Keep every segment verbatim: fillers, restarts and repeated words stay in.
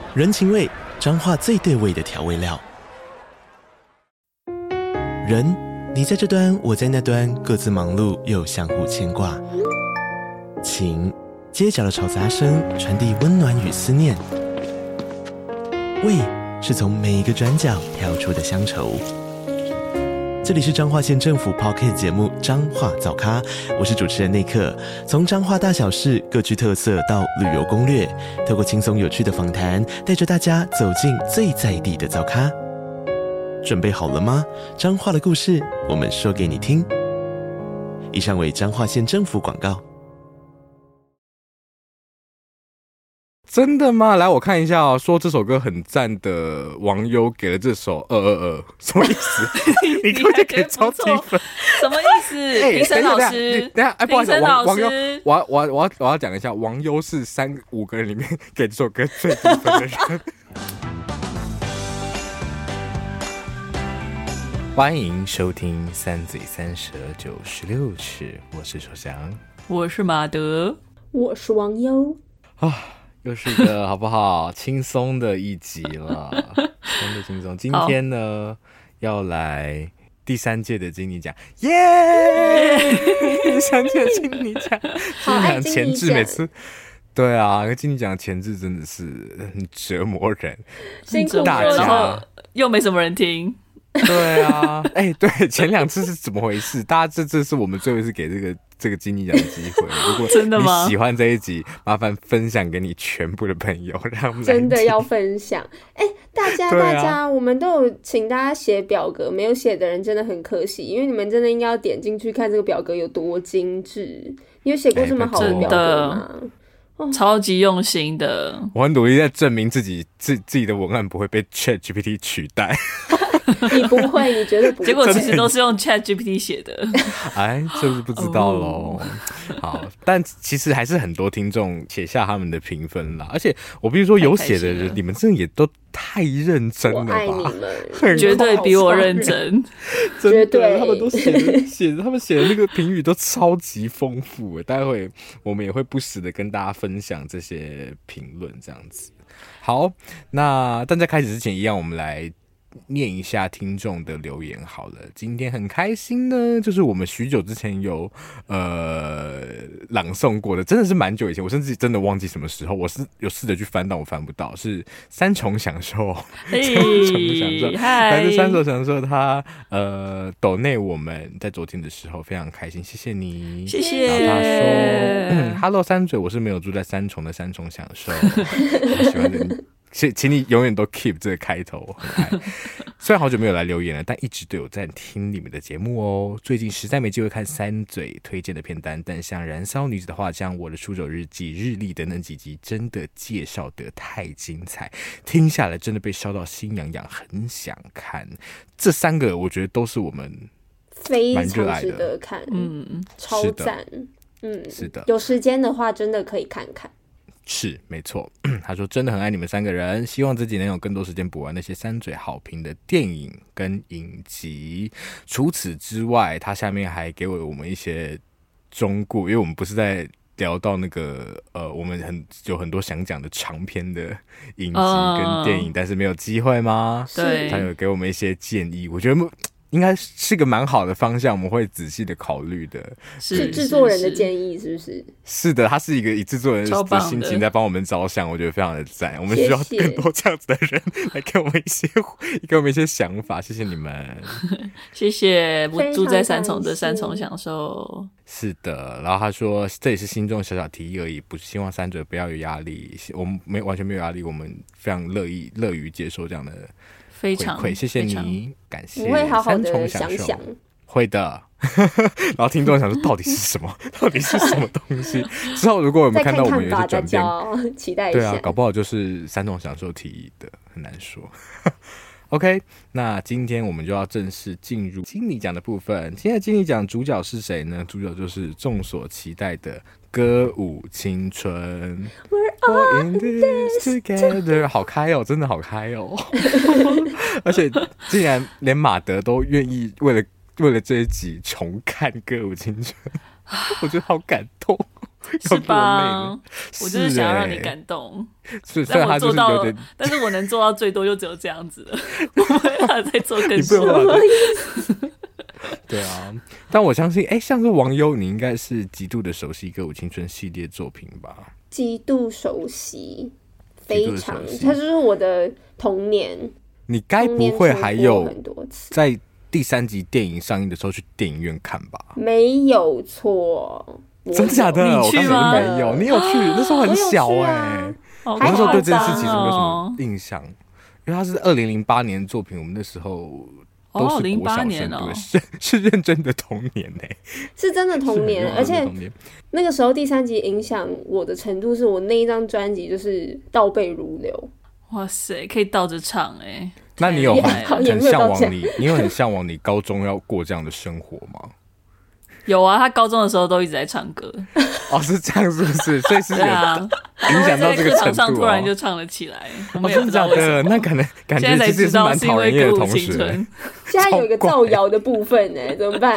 人情味，彰化最对味的调味料。人，你在这端，我在那端，各自忙碌又相互牵挂。情，街角的吵杂声传递温暖与思念。味，是从每一个转角跳出的乡愁。这里是彰化县政府 Podcast 节目《彰化早咖》，我是主持人内克。从彰化大小事各具特色到旅游攻略，透过轻松有趣的访谈，带着大家走进最在地的早咖。准备好了吗？彰化的故事，我们说给你听。以上为彰化县政府广告。 真的吗？来，我看一下哦。说这首歌很赞的网友给了这首二二二，什么意思？你可不可以给超低分？ 什么意思？评审老师， 等一下，哎，不好意思，网网友，我要我要我要我要讲一下，网友是三五个人里面给这首歌最低分的人。欢迎收听三嘴三舌九十六尺，我是首翔， 我是马德， 我是王优啊。又是一个好不好轻松的一集了，真的轻松。今天呢要来第三届的金尼奖，耶、yeah! 第三届的金尼奖，金尼奖前置每次，对啊，那金尼奖前置真的是很折磨人， 辛苦大家又没什么人听。 对啊，哎、欸，对，前两次是怎么回事？大家这这是我们最后一次给这个这个金尼奖的机会。如果真的吗？ 你喜欢这一集，麻烦分享给你全部的朋友，让我们真的要分享。哎、欸，大家、啊、大家，我们都有请大家写表格，没有写的人真的很可惜，因为你们真的应该要点进去看这个表格有多精致。你有写过这么好的表格吗？ 欸、超级用心的。 我很努力在证明自己自自己的文案不会被 ChatGPT 取代。 你不会，你绝对不会。 结果其实都是用 ChatGPT 写的。 哎，这是不知道咯、哦、好，但其实还是很多听众写下他们的评分啦，而且我必须说有写的人，你们真的也都太认真了吧？ 我爱你们， 绝对比我认真， 真的，他们都写的写他们写的那个评语都超级丰富。待会我们也会不时的跟大家分享这些评论，这样子。好，那但在开始之前，一样我们来念一下听众的留言好了。今天很开心呢，就是我们许久之前有呃朗诵过的，真的是蛮久以前，我甚至真的忘记什么时候。我是有试着去翻，但我翻不到。是三重享受， 三重享受，来自三重享受他呃抖内我们在昨天的时候非常开心，谢谢你， 谢谢。 然后他说、嗯、：“Hello 三嘴，我是没有住在三重的三重享受，我喜欢的。”请请你永远都 keep 这个开头，很爱。虽然好久没有来留言了，但一直都有在听你们的节目哦。最近实在没机会看三嘴推荐的片单，但像《燃烧女子的画像》、《我的出走日记》、《日历》等等几集，真的介绍得太精彩，听下来真的被烧到心痒痒，很想看。这三个我觉得都是我们非常值得看， 嗯， 超赞，嗯， 是的， 有时间的话真的可以看看。 是没错，他说真的很爱你们三个人，希望自己能有更多时间补完那些三嘴好评的电影跟影集。除此之外，他下面还给我们一些忠告，因为我们不是在聊到那个呃，我们很有很多想讲的长篇的影集跟电影， uh, 但是没有机会吗？ 对， 他有给我们一些建议，我觉得应该是个蛮好的方向，我们会仔细的考虑的。 是制作人的建议，是不是？ 是的，他是一个以制作人的心情在帮我们着想，我觉得非常的赞。我们需要更多这样子的人来给我们一些给我们一些想法，谢谢你们， 谢谢。不住在三重的三重享受。 是的，然后他说这也是心中小小提议而已，不是希望三嘴不要有压力，我们没完全没有压力，我们非常乐意乐于接受这样的。 非常谢谢你，感谢。 我会好好的想想， 会的。然后听众想说，到底是什么？到底是什么东西？之后如果我们看到我们有些转变， 期待一下。 对啊，搞不好就是三种享受提议的，很难说。OK， 那今天我们就要正式进入金尼奖的部分。今天的金尼奖主角是谁呢？主角就是众所期待的歌舞青春。We're all in this together， 好开哦，真的好开哦！而且竟然连马德都愿意为了为了这一集重看歌舞青春，我觉得好感动。 是吧？ 是我就是想要让你感动， 所以但我做到有点， 但是我能做到最多就只有这样子了，我没办法再做更多。 对啊，但我相信，哎、欸，像是王优，你应该是极度的熟悉歌舞青春系列作品吧？ 极度熟悉，非常，它就是我的童年。 你该不会还有在第三集电影上映的时候去电影院看吧？ 没有错， 真的假的？ 你去吗？ 没有，你有去？那时候很小哎、欸，我、啊、那时候对这件事其实没有什么印象，因为它是二零零八年的作品，我们那时候。都是国小生， 哦对，是是认真的童年呢、欸， 是真的童年，而且那个时候第三集影响我的程度，是我那一张专辑就是倒背如流。 哇塞，可以倒着唱哎、欸！ 那你有很很向往你，你有很向往你高中要过这样的生活吗？ 有啊，他高中的时候都一直在唱歌。 哦，是这样，是不是？所以是有影响到这个程度、哦。在课堂上突然就唱了起来，我们也不知道为什么。哦、那可能感觉其实是蛮讨人厌的同学。 现在有一个造谣的部分呢，怎么办？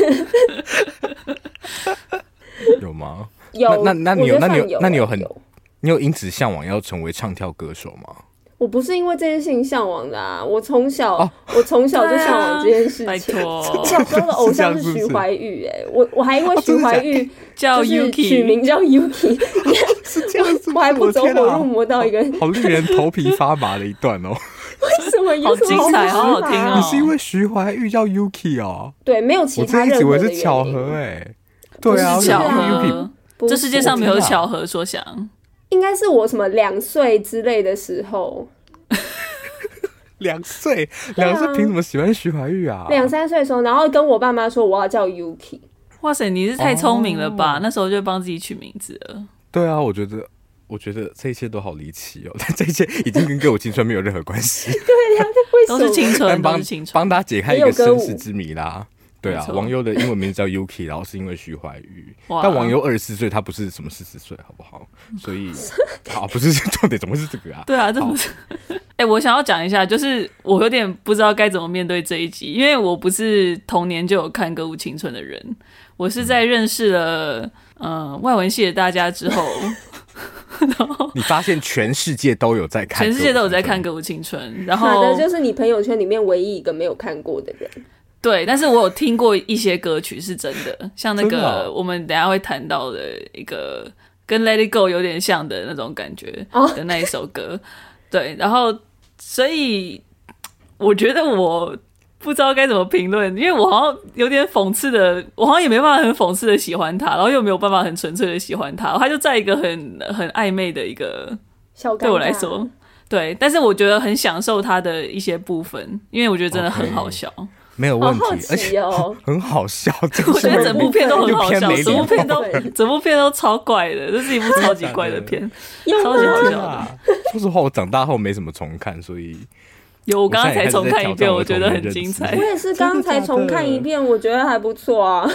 有吗？ 有。 那那那你有？那你有？ 那你有很？你有因此向往要成为唱跳歌手吗？ 我不是因为这件事情向往的啊，我从小、哦、我从小就向往这件事情。 拜托， 小时候的偶像是徐怀钰，哎，我我还因为徐怀钰叫 Yuki 取名叫 Yuki， 是这样子， 我还不走火入魔到一个好令人头皮发麻的一段哦。 为什么有好精彩，好好听哦！ 你是因为徐怀钰叫 Yuki 哦？ 对，没有其他任何的原因。 我一直以为是巧合哎，对啊， 不是巧合，这世界上没有巧合说想。 应该是我什么两岁之类的时候， 两岁，两岁凭什么喜欢徐怀钰啊？ 两三岁的时候，然后跟我爸妈说我要叫 Yuki。 哇塞，你是太聪明了吧？哦、那时候就帮自己取名字了。 对啊，我觉得，我觉得这一切都好离奇哦，但这一切已经跟歌舞青春没有任何关系。 对呀、啊，为什么都是青春，都是青春， 帮大家解开一个身世之谜啦。对啊，王优的英文名字叫 Yuki， 然后是因为徐怀钰。但王优二十四岁，他不是什么四十岁，好不好？所以，好，不是重点，怎么会是这个啊？ 对啊，这不是。哎、欸，我想要讲一下，就是我有点不知道该怎么面对这一集，因为我不是童年就有看歌舞青春的人，我是在认识了嗯、呃、外文系的大家之后。然后你发现全世界都有在看， 全世界都有在看歌舞青春，然后马德就是你朋友圈里面唯一一个没有看过的人。 对，但是我有听过一些歌曲是真的，像那个我们等一下会谈到的一个跟 Let It Go 有点像的那种感觉的那一首歌。Oh. 对，然后所以我觉得我不知道该怎么评论，因为我好像有点讽刺的，我好像也没办法很讽刺的喜欢他，然后又没有办法很纯粹的喜欢他，他就在一个很很暧昧的一个，对我来说，对，但是我觉得很享受他的一些部分，因为我觉得真的很好笑。Okay. 没有问题， 好好而且很好笑。 我觉得整部片都很好笑，整部片都整部片都超怪的，这是一部超级怪的片，超级好笑的。 说实话，我长大后没什么重看，所以有我刚刚才重看一遍，我觉得很精彩。 我也是刚刚才重看一遍，我觉得还不错啊。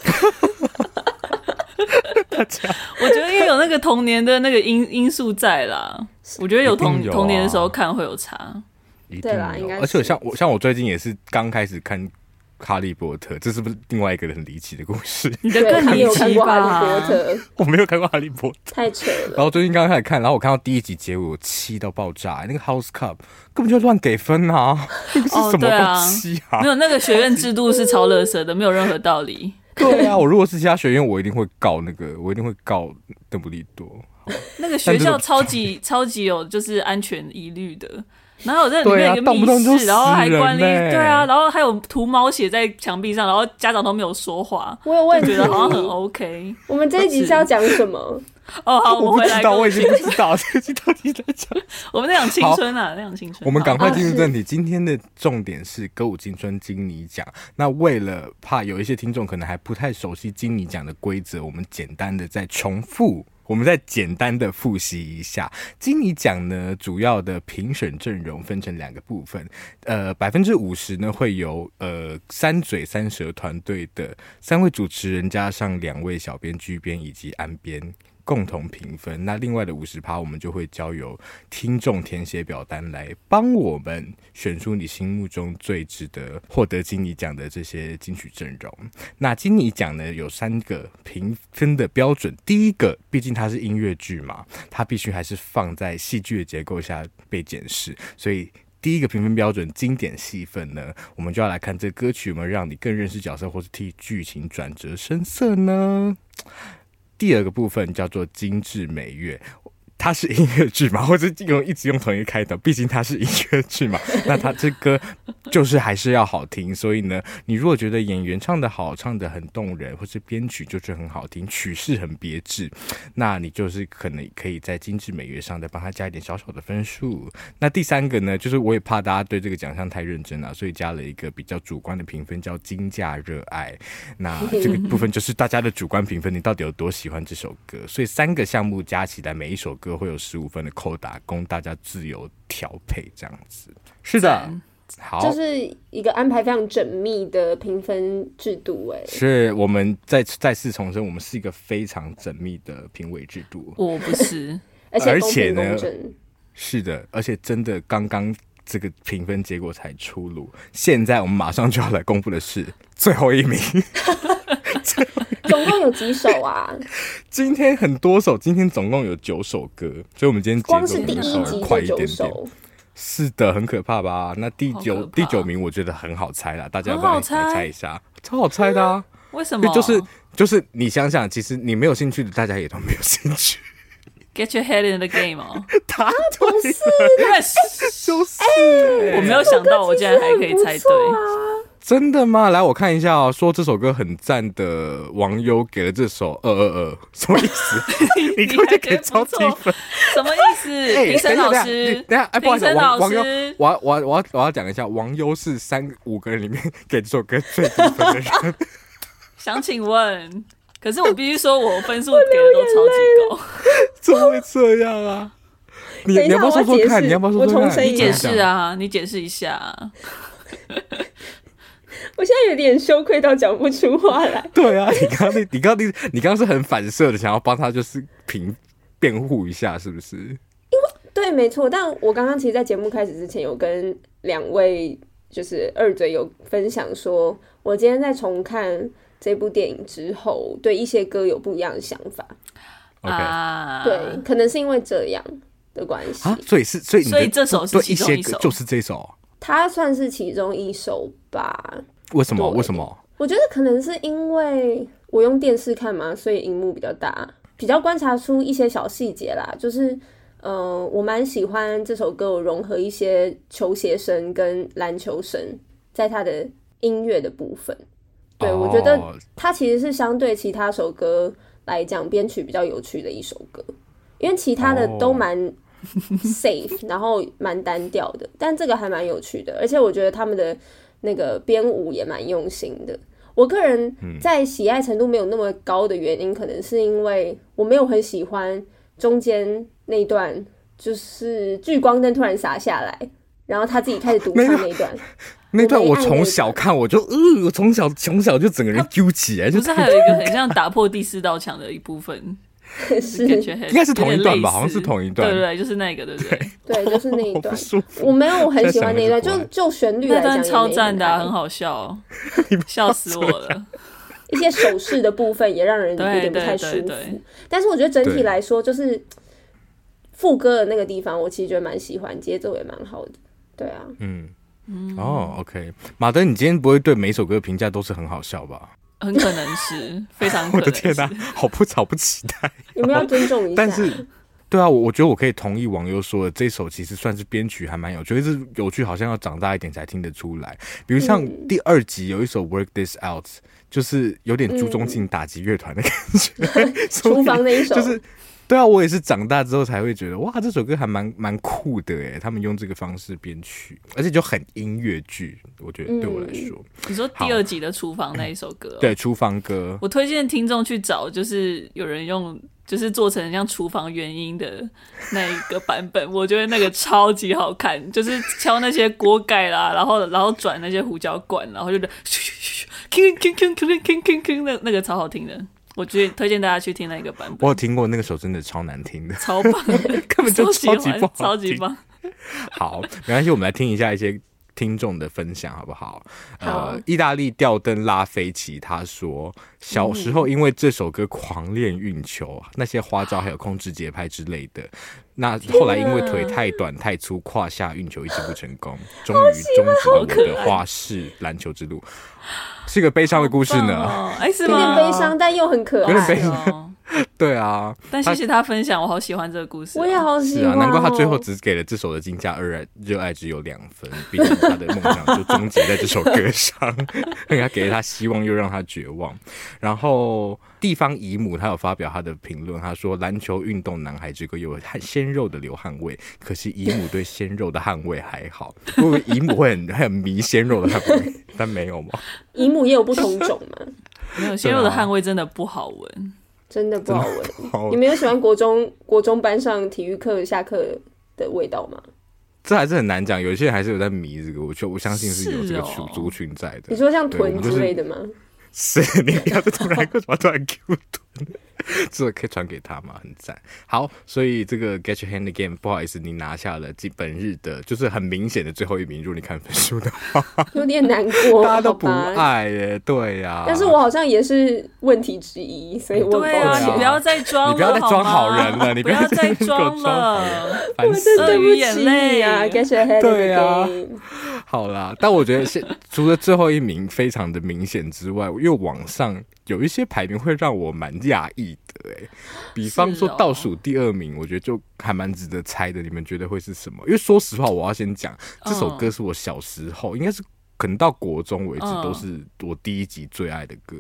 我觉得因为有那个童年的那个因因素在啦，我觉得有童有、啊、童年的时候看会有差。 对啦，应该是。 而且像我像我最近也是刚开始看哈利波特，这是不是另外一个很离奇的故事？ 你的更离奇吧？ 我没有看过哈利波特， 太扯了。 然后最近刚开始看，然后我看到第一集结尾，我气到爆炸。那个 House Cup 根本就乱给分啊！那个是什么东西啊？ 哦、啊没有那个学院制度是超垃圾的，没有任何道理。 对啊，我如果是其他学院，我一定会告那个，我一定会告邓布利多。 那个学校超级超级有就是安全疑虑的。然后有在里面有一个密室， 对啊、动不动就然后还关立， 对啊，然后还有涂毛写在墙壁上，然后家长都没有说话， 我有问题， 觉得好像很 OK。 我们这一集是要讲什么？ 哦，好，我们回来。 我不知道，我已经不知道这集到底在讲。 我们在讲青春啊，在讲青春。 我们赶快进入正题。今天的重点是歌舞青春金妮奖。那为了怕有一些听众可能还不太熟悉金妮奖的规则，我们简单的再重复。我们再简单的复习一下，金妮奖呢，主要的评审阵容分成两个部分，呃，百分之五十呢会由呃三嘴三舌团队的三位主持人加上两位小编、剧编以及安编共同评分。那另外的 百分之五十 我们就会交由听众填写表单来帮我们选出你心目中最值得获得金尼奖的这些金曲阵容。那金尼奖呢有三个评分的标准，第一个毕竟它是音乐剧嘛，它必须还是放在戏剧的结构下被检视，所以第一个评分标准经典戏份呢，我们就要来看这歌曲有没有让你更认识角色，或是替剧情转折生色呢？第二个部分叫做精致美乐，它是音乐剧嘛，或者用一直用同一个开头，毕竟它是音乐剧嘛，那它这歌就是还是要好听，所以呢，你如果觉得演员唱得好，唱得很动人，或是编曲就是很好听，曲式很别致，那你就是可能可以在精致美乐上再帮他加一点小小的分数。那第三个呢，就是我也怕大家对这个奖项太认真了，所以加了一个比较主观的评分，叫金价热爱。那这个部分就是大家的主观评分，你到底有多喜欢这首歌？所以三个项目加起来，每一首歌会有十五分的扣打，供大家自由调配，这样子。是的，好， 就是一个安排非常缜密的评分制度。哎， 是我们再再次重申，我们是一个非常缜密的评委制度。 我不是， 而且公平公正。 是的，而且真的刚刚这个评分结果才出炉，现在我们马上就要来公布的是最后一名。 总共有几首啊？ 今天很多首，今天总共有九首歌，所以我们今天光是第一集快一点点。是的，很可怕吧？那第九第九名我觉得很好猜啦，大家要不要来猜一下？超好猜的啊！ 为什么？ 就是就是你想想，其实你没有兴趣的，大家也都没有兴趣。 Get your head in the game 哦， 他不是， 就是、 欸，我没有想到我竟然还可以猜对。 真的吗？来，我看一下哦。说这首歌很赞的网友给了这首二二二，什么意思？你根本就给超低分， 什么意思？评审老师， 等一下，哎，不好意思，网网友，我要我要我要我要讲一下，网友是三五个人里面给这首歌最低分的人。 想请问，可是我必须说，我分数给的都超级高， 怎么会这样啊？你你要不要说说看？你要不要说说看？ 你解释啊，你解释一下、啊。 我现在有点羞愧到讲不出话来。 对啊，你刚刚你刚刚你刚刚是很反射的，想要帮他就是评辩护一下，是不是？因为对，没错。但我刚刚其实，在节目开始之前，有跟两位就是二嘴有分享说，我今天在重看这部电影之后，对一些歌有不一样的想法。 OK， 对，可能是因为这样的关系啊，所以是所以你所以这首是其中一首， 就是这首， 它算是其中一首吧。 为什么？为什么？ 我觉得可能是因为我用电视看嘛，所以荧幕比较大，比较观察出一些小细节啦。就是，呃，我蛮喜欢这首歌，有融合一些球鞋声跟篮球声，在它的音乐的部分。对、哦，我觉得它其实是相对其他首歌来讲，编曲比较有趣的一首歌，因为其他的都蛮 safe， 然后蛮单调的，但这个还蛮有趣的，而且我觉得他们的那个编舞也蛮用心的。我个人在喜爱程度没有那么高的原因，可能是因为我没有很喜欢中间那一段，就是聚光灯突然洒下来，然后他自己开始独唱那一段。 那段我从小看我就呃，我从小从小就整个人揪起来，就不是还有一个很像打破第四道墙的一部分。 是应该是同一段吧，好像是同一段， 对对，就是那个，对不对？ 对，就是那一段。我没有很喜欢那一段，就就旋律来讲， 那段超赞的、啊，很好笑，笑死我了。 一些手势的部分也让人有点不太舒服，對對對對，但是我觉得整体来说，就是副歌的那个地方，我其实觉得蛮喜欢，节奏也蛮好的。对啊， 嗯嗯，哦 ，OK， 马德，你今天不会对每一首歌的评价都是很好笑吧？ 很可能是，非常可能是。 我的天哪、啊，好不好不期待、喔。 你们要尊重一下。 但是，对啊，我我觉得我可以同意网友说的，这首其实算是编曲还蛮有趣，就是有趣好像要长大一点才听得出来。比如像第二集有一首 Work This Out，、嗯、就是有点朱宗庆打击乐团的感觉。 厨、嗯、房那一首。 就是对啊，我也是长大之后才会觉得，哇，这首歌还蛮蛮酷的耶！他们用这个方式编曲，而且就很音乐剧，我觉得对我来说。嗯、 你说第二集的厨房那一首歌、喔， 对，厨房歌， 我推荐听众去找，就是有人用，就是做成像厨房原音的那一个版本，我觉得那个超级好看，就是敲那些锅盖啦，然后然后转那些胡椒罐，然后就咻咻咻咻，king king king king king king king， 那那个超好听的。 我觉得推荐大家去听那个版本。 我有听过那个首，真的超难听的， 超棒， 根本就超级不好听， 超级棒。 好，没关系，我们来听一下一些听众的分享好不好？ 好呃，意大利吊灯拉菲奇他说，小时候因为这首歌狂练运球，那些花招还有控制节拍之类的。那后来因为腿太短太粗，胯下运球一直不成功，终于终止了我的花式篮球之路。是一个悲伤的故事呢， 哦哎、是有吗？ 点悲伤，但又很可爱。 有点悲伤哦对啊， 但谢谢他分享，我好喜欢这个故事、哦。 我也好喜是啊， 欢、哦。 难怪他最后只给了这首的金价二热爱只有两分，毕竟他的梦想就终结在这首歌上，他给了他希望又让他绝望。然后地方姨母他有发表他的评论，他说篮球运动男孩之歌有鲜肉的流汗味，可惜姨母对鲜肉的汗味还好，我以为姨母会很很迷鲜肉的汗味，但没有嘛。 姨母也有不同种嘛， 没有鲜肉的汗味真的不好闻。 真的不好闻。你们有喜欢国中国中班上体育课下课的味道吗？ 这还是很难讲，有些人还是有在迷这个，我我相信是有这个是哦族群在的。 你说像臀之类的吗？ 是，你不要再突然为什么突然 Q 臀？这个可以传给他吗？很赞。好，所以这个 Get Your Hand Again， 不好意思，你拿下了本日的，就是很明显的最后一名。如果你看分数的话， 有点难过， 大家都不爱耶，对呀、啊。 但是我好像也是问题之一，所以我很抱歉。 对啊，你不要再装了， 你不要再装好人了，你不要再装了， 我真的对不起你啊 ！Get Your Hand Again。 对啊。好啦，但我觉得是除了最后一名非常的明显之外，因为网上有一些排名会让我蛮讶异的、欸，比方说倒数第二名，我觉得就还蛮值得猜的。你们觉得会是什么？因为说实话，我要先讲这首歌是我小时候，应该是可能到国中为止都是我第一集最爱的歌，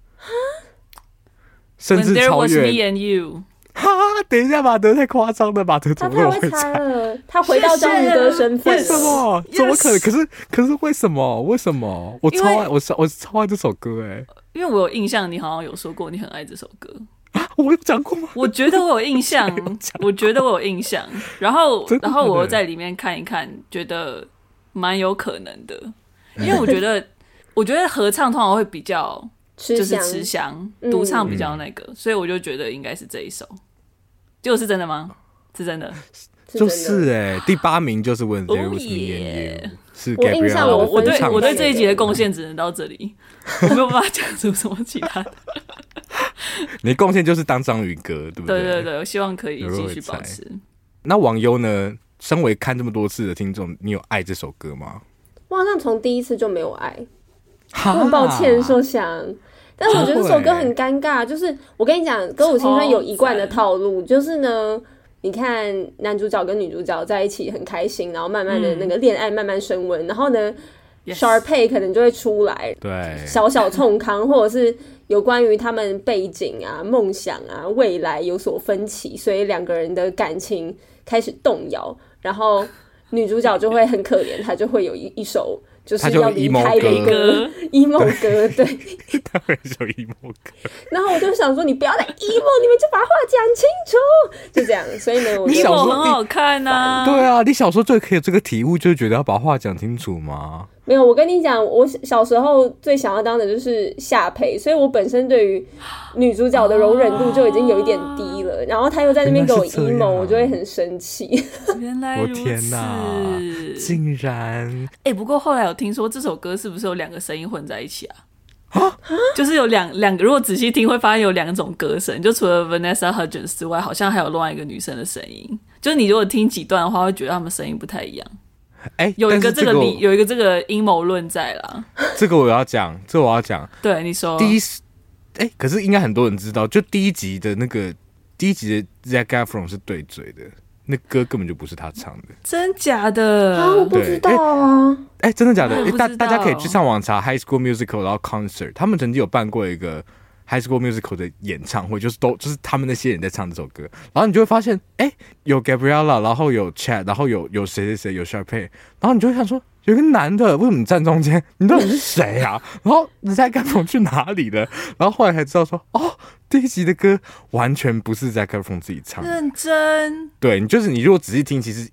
甚至超越。 When there was me and you。 哈，等一下，马德太夸张了，马德怎么那么会猜了？他回到章鱼哥身份， 为什么？怎么可能？可是可是为什么？为什么？我超爱，我我超爱这首歌哎、欸！ 因为我有印象，你好像有说过你很爱这首歌啊，我有讲过吗？ 我觉得我有印象，我觉得我有印象。然后然后我在里面看一看，觉得蛮有可能的，因为我觉得我觉得合唱通常会比较就是吃香，独唱比较那个，嗯、所以我就觉得应该是这一首。结果是真的吗？是真的， 就是哎、欸，第八名就是 When There Was Me and You， 是 Gabriella。 我我对我对这一集的贡献只能到这里，我没有办法讲出什么其他的。 你贡献就是当章鱼哥，对不对？ 对对对，我希望可以继续保持。 那网友呢？身为看这么多次的听众，你有爱这首歌吗？ 我好像从第一次就没有爱，我很抱歉，受想。但是我觉得这首歌很尴尬，就是我跟你讲，歌舞青春有一贯的套路，就是呢，你看男主角跟女主角在一起很开心，然后慢慢的那个恋爱慢慢升温，嗯、然后呢 ，Sharpay 可能就会出来， 对， 小小冲康，或者是有关于他们背景啊、梦想啊、未来有所分歧，所以两个人的感情开始动摇，然后女主角就会很可怜，她就会有一一首。就是要离开的歌 ，emo 歌，对， 他会说 emo 歌。 然后我就想说，你不要再 emo， 你们就把话讲清楚，就这样。所以呢，我觉得很好看啊。 对啊，你小时候最可以有这个体悟，就是觉得要把话讲清楚吗？ 没有，我跟你讲，我小时候最想要当的就是夏培，所以我本身对于女主角的容忍度就已经有一点低了。然后她又在那边给我 emo， 我就会很生气。 原来如此， 我天哪，竟然！ 哎、欸，不过后来有听说这首歌是不是有两个声音混在一起啊？就是有两两个，如果仔细听会发现有两种歌声，就除了 Vanessa Hudgens 之外，好像还有另外一个女生的声音。就是你如果听几段的话，会觉得他们声音不太一样。 欸、 有一个这个个理，有一个这个阴谋论在啦。 这个我要讲，这个我要讲。 对，你说。 第一，哎、欸，可是应该很多人知道，就第一集的那个第一集的 Zac Efron 是对嘴的，那歌根本就不是他唱的。 真假的？ 啊，我不知道啊。 哎、欸，真的假的？ 欸、 大大家可以去上网查 High School Musical， 然后 Concert， 他们曾经有办过一个 High School Musical 的演唱会，就是都就是他们那些人在唱这首歌，然後你就會發現，哎、欸，有 Gabriella， 然後有 Chad， 然後有有誰誰誰，有 Sharpay， 然後你就會想說，有一個男的，為什麼你站中間？你到底是誰啊？然後你在Zac Efron去哪裡了？然後後來才知道說，哦，第一集的歌完全不是Zac Efron自己唱的， 認真。 對，你就是你如果仔細聽，其實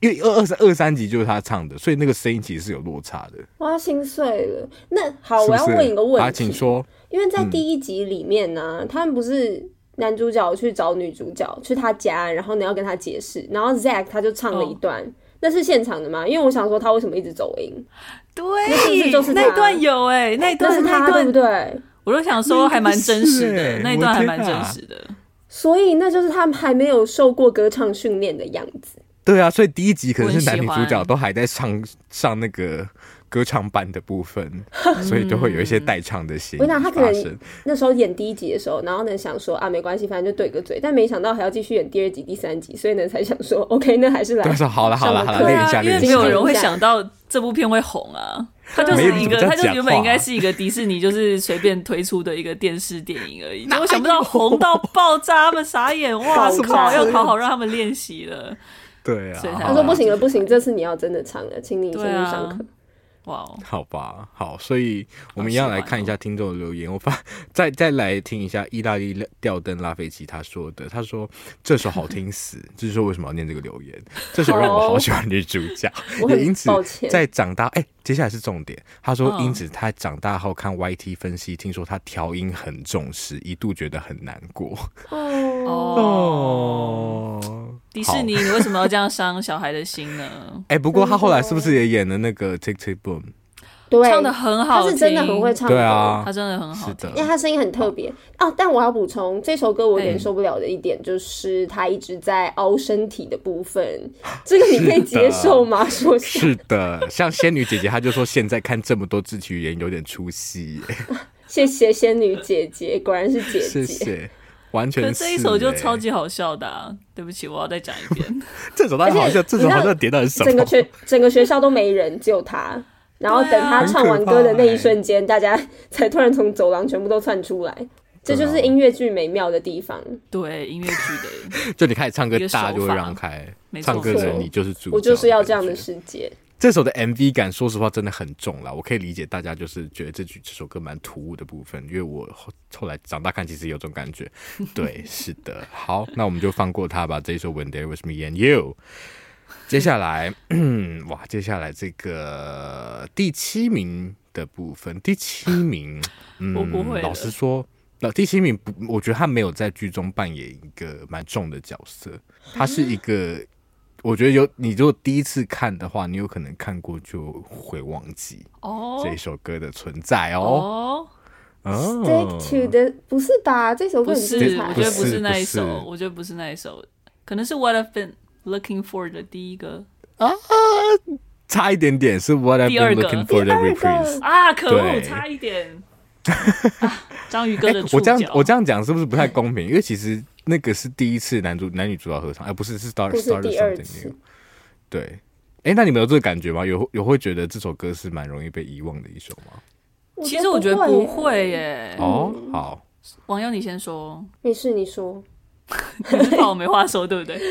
因为二二二三集就是他唱的，所以那个声音其实是有落差的。 哇，心碎了。那好， 是不是我要问一个问题， 啊，请说。 因为在第一集里面呢、啊嗯，他们不是男主角去找女主角去他家，然后你要跟他解释，然后 Zack 他就唱了一段。哦，那是现场的吗？因为我想说他为什么一直走音？ 对， 那是不是就是他？ 那段有哎、欸，那段那是他，对不对？ 我就想说还蛮真实的，那一段还蛮真实的。 所以那就是他们还没有受过歌唱训练的样子。 对啊，所以第一集可能是男女主角都还在唱上那个歌唱班的部分，所以就会有一些代唱的嫌疑发生。 我想他可能那时候演第一集的时候，然后呢想说啊没关系，反正就对个嘴，但没想到还要继续演第二集、第三集，所以呢才想说 OK， 那还是来。 对，说好了好了好了，练一下练一下。 因为没有人会想到这部片会红啊。它就是一个，它就原本应该是一个迪士尼就是随便推出的一个电视电影而已，结果想不到红到爆炸，他们傻眼，哇靠，要好好让他们练习了。 对啊， 他说不行了不行，这次你要真的唱了，请你先去上课。 哇， 好吧，好，所以我们一样来看一下听众的留言。我发再再来听一下意大利吊灯拉菲奇他说的，他说这首好听死，这就是说为什么要念这个留言。这首让我好喜欢女主角，也因此在长大，哎、欸，接下来是重点。他说因此他长大后看 Y T 分析，听说他调音很重视，一度觉得很难过。 哦。 哦迪士尼，你为什么要这样伤小孩的心呢？ 哎、欸，不过他后来是不是也演了那个 Tick Tick Boom？ 对， 唱的很好听， 他是真的很会唱歌， 对啊， 他真的很好听， 因为他声音很特别哦。但我要补充，这首歌我有点受不了的一点就是他一直在凹身体的部分，这个你可以接受吗？说是的，像仙女姐姐，她就说现在看这么多肢体语言有点出戏耶。 谢谢仙女姐姐，果然是姐姐。 谢谢。完全是、欸， 可这一首就超级好笑的啊！对不起，我要再讲一遍。 这首太好笑，这首好像跌到什么？ 整个学整个学校都没人，只有他。然后等他唱完歌的那一瞬间、欸，大家才突然从走廊全部都窜出来。这就是音乐剧美妙的地方。 对，音乐剧的， 就你开始唱歌，大家就会让开。唱歌的人，你就是主角。 我就是要这样的世界。 这首的 M V 感，说实话真的很重啦。我可以理解大家就是觉得这句这首歌蛮突兀的部分，因为我后来长大看，其实有这种感觉。对，是的。好，那我们就放过它吧。这一首 When There Was Me and You。接下来，哇，接下来这个第七名的部分，第七名，嗯， 我不会。 老实说，那第七名不，我觉得他没有在剧中扮演一个蛮重的角色，他是一个。我觉得有你如果第一次看的话，你有可能看过就会忘记这首歌的存在哦。 哦、 oh. oh. Stick to the 不是吧？这首歌很精彩。 我觉得不是那一首，我觉得不是那一首，可能是 What I've Been Looking For 的第一个啊，差一点点是 What I've Been Looking For 的 reprise 啊，可恶，差一点。章鱼哥的触角、 欸、我这样我这样讲是不是不太公平？因为其实。那个是第一次男主男女主角合唱，哎、欸，不是是 Star Star Something New。对，哎、欸，那你们有这个感觉吗？有有会觉得这首歌是蛮容易被遗忘的一首吗？ 其实我觉得不会耶。 哦，好， 网友你先说。 没事，你说。 你是怕我没话说，对不对？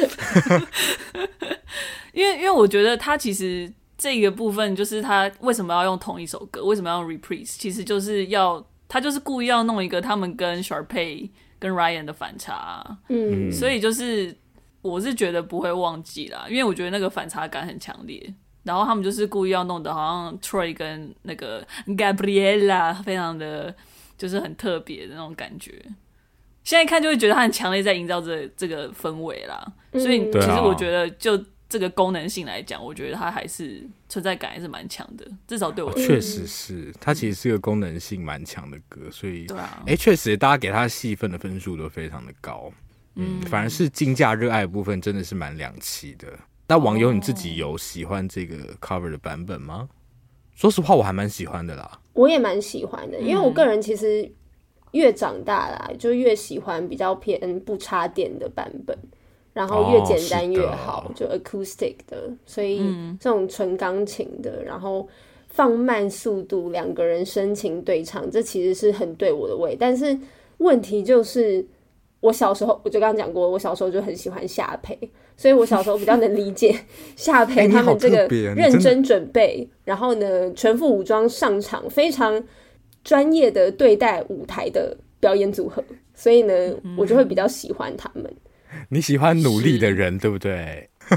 因为因为我觉得他其实这个部分就是他为什么要用同一首歌，为什么要用 reprise， 其实就是要他就是故意要弄一个他们跟 Sharpay。跟 Ryan 的反差，嗯，所以就是我是觉得不会忘记啦，因为我觉得那个反差感很强烈，然后他们就是故意要弄得好像 Troy 跟那个 Gabriella 非常的就是很特别的那种感觉，现在看就会觉得他很强烈在营造这这个氛围啦，所以其实我觉得就这个功能性来讲，我觉得它还是存在感还是蛮强的，至少对我确、哦、实是它其实是个功能性蛮强的歌，所以对啊， 哎，确实大家给它戏份的分数都非常的高，嗯，嗯反而是竞价热爱的部分真的是蛮两极的。那网友你自己有喜欢这个 cover 的版本吗？说实话，我还蛮喜欢的啦。 我也蛮喜欢的，因为我个人其实越长大啦，就越喜欢比较偏不插电的版本。然后越简单越好，哦、就 acoustic 的，所以这种纯钢琴的，然后放慢速度，两个人深情对唱，这其实是很对我的胃。但是问题就是，我小时候我就刚刚讲过，我小时候就很喜欢夏培，所以我小时候比较能理解夏培他们这个认真准备，然后呢全副武装上场，非常专业的对待舞台的表演组合，所以呢，我就会比较喜欢他们。 你喜欢努力的人，对不对？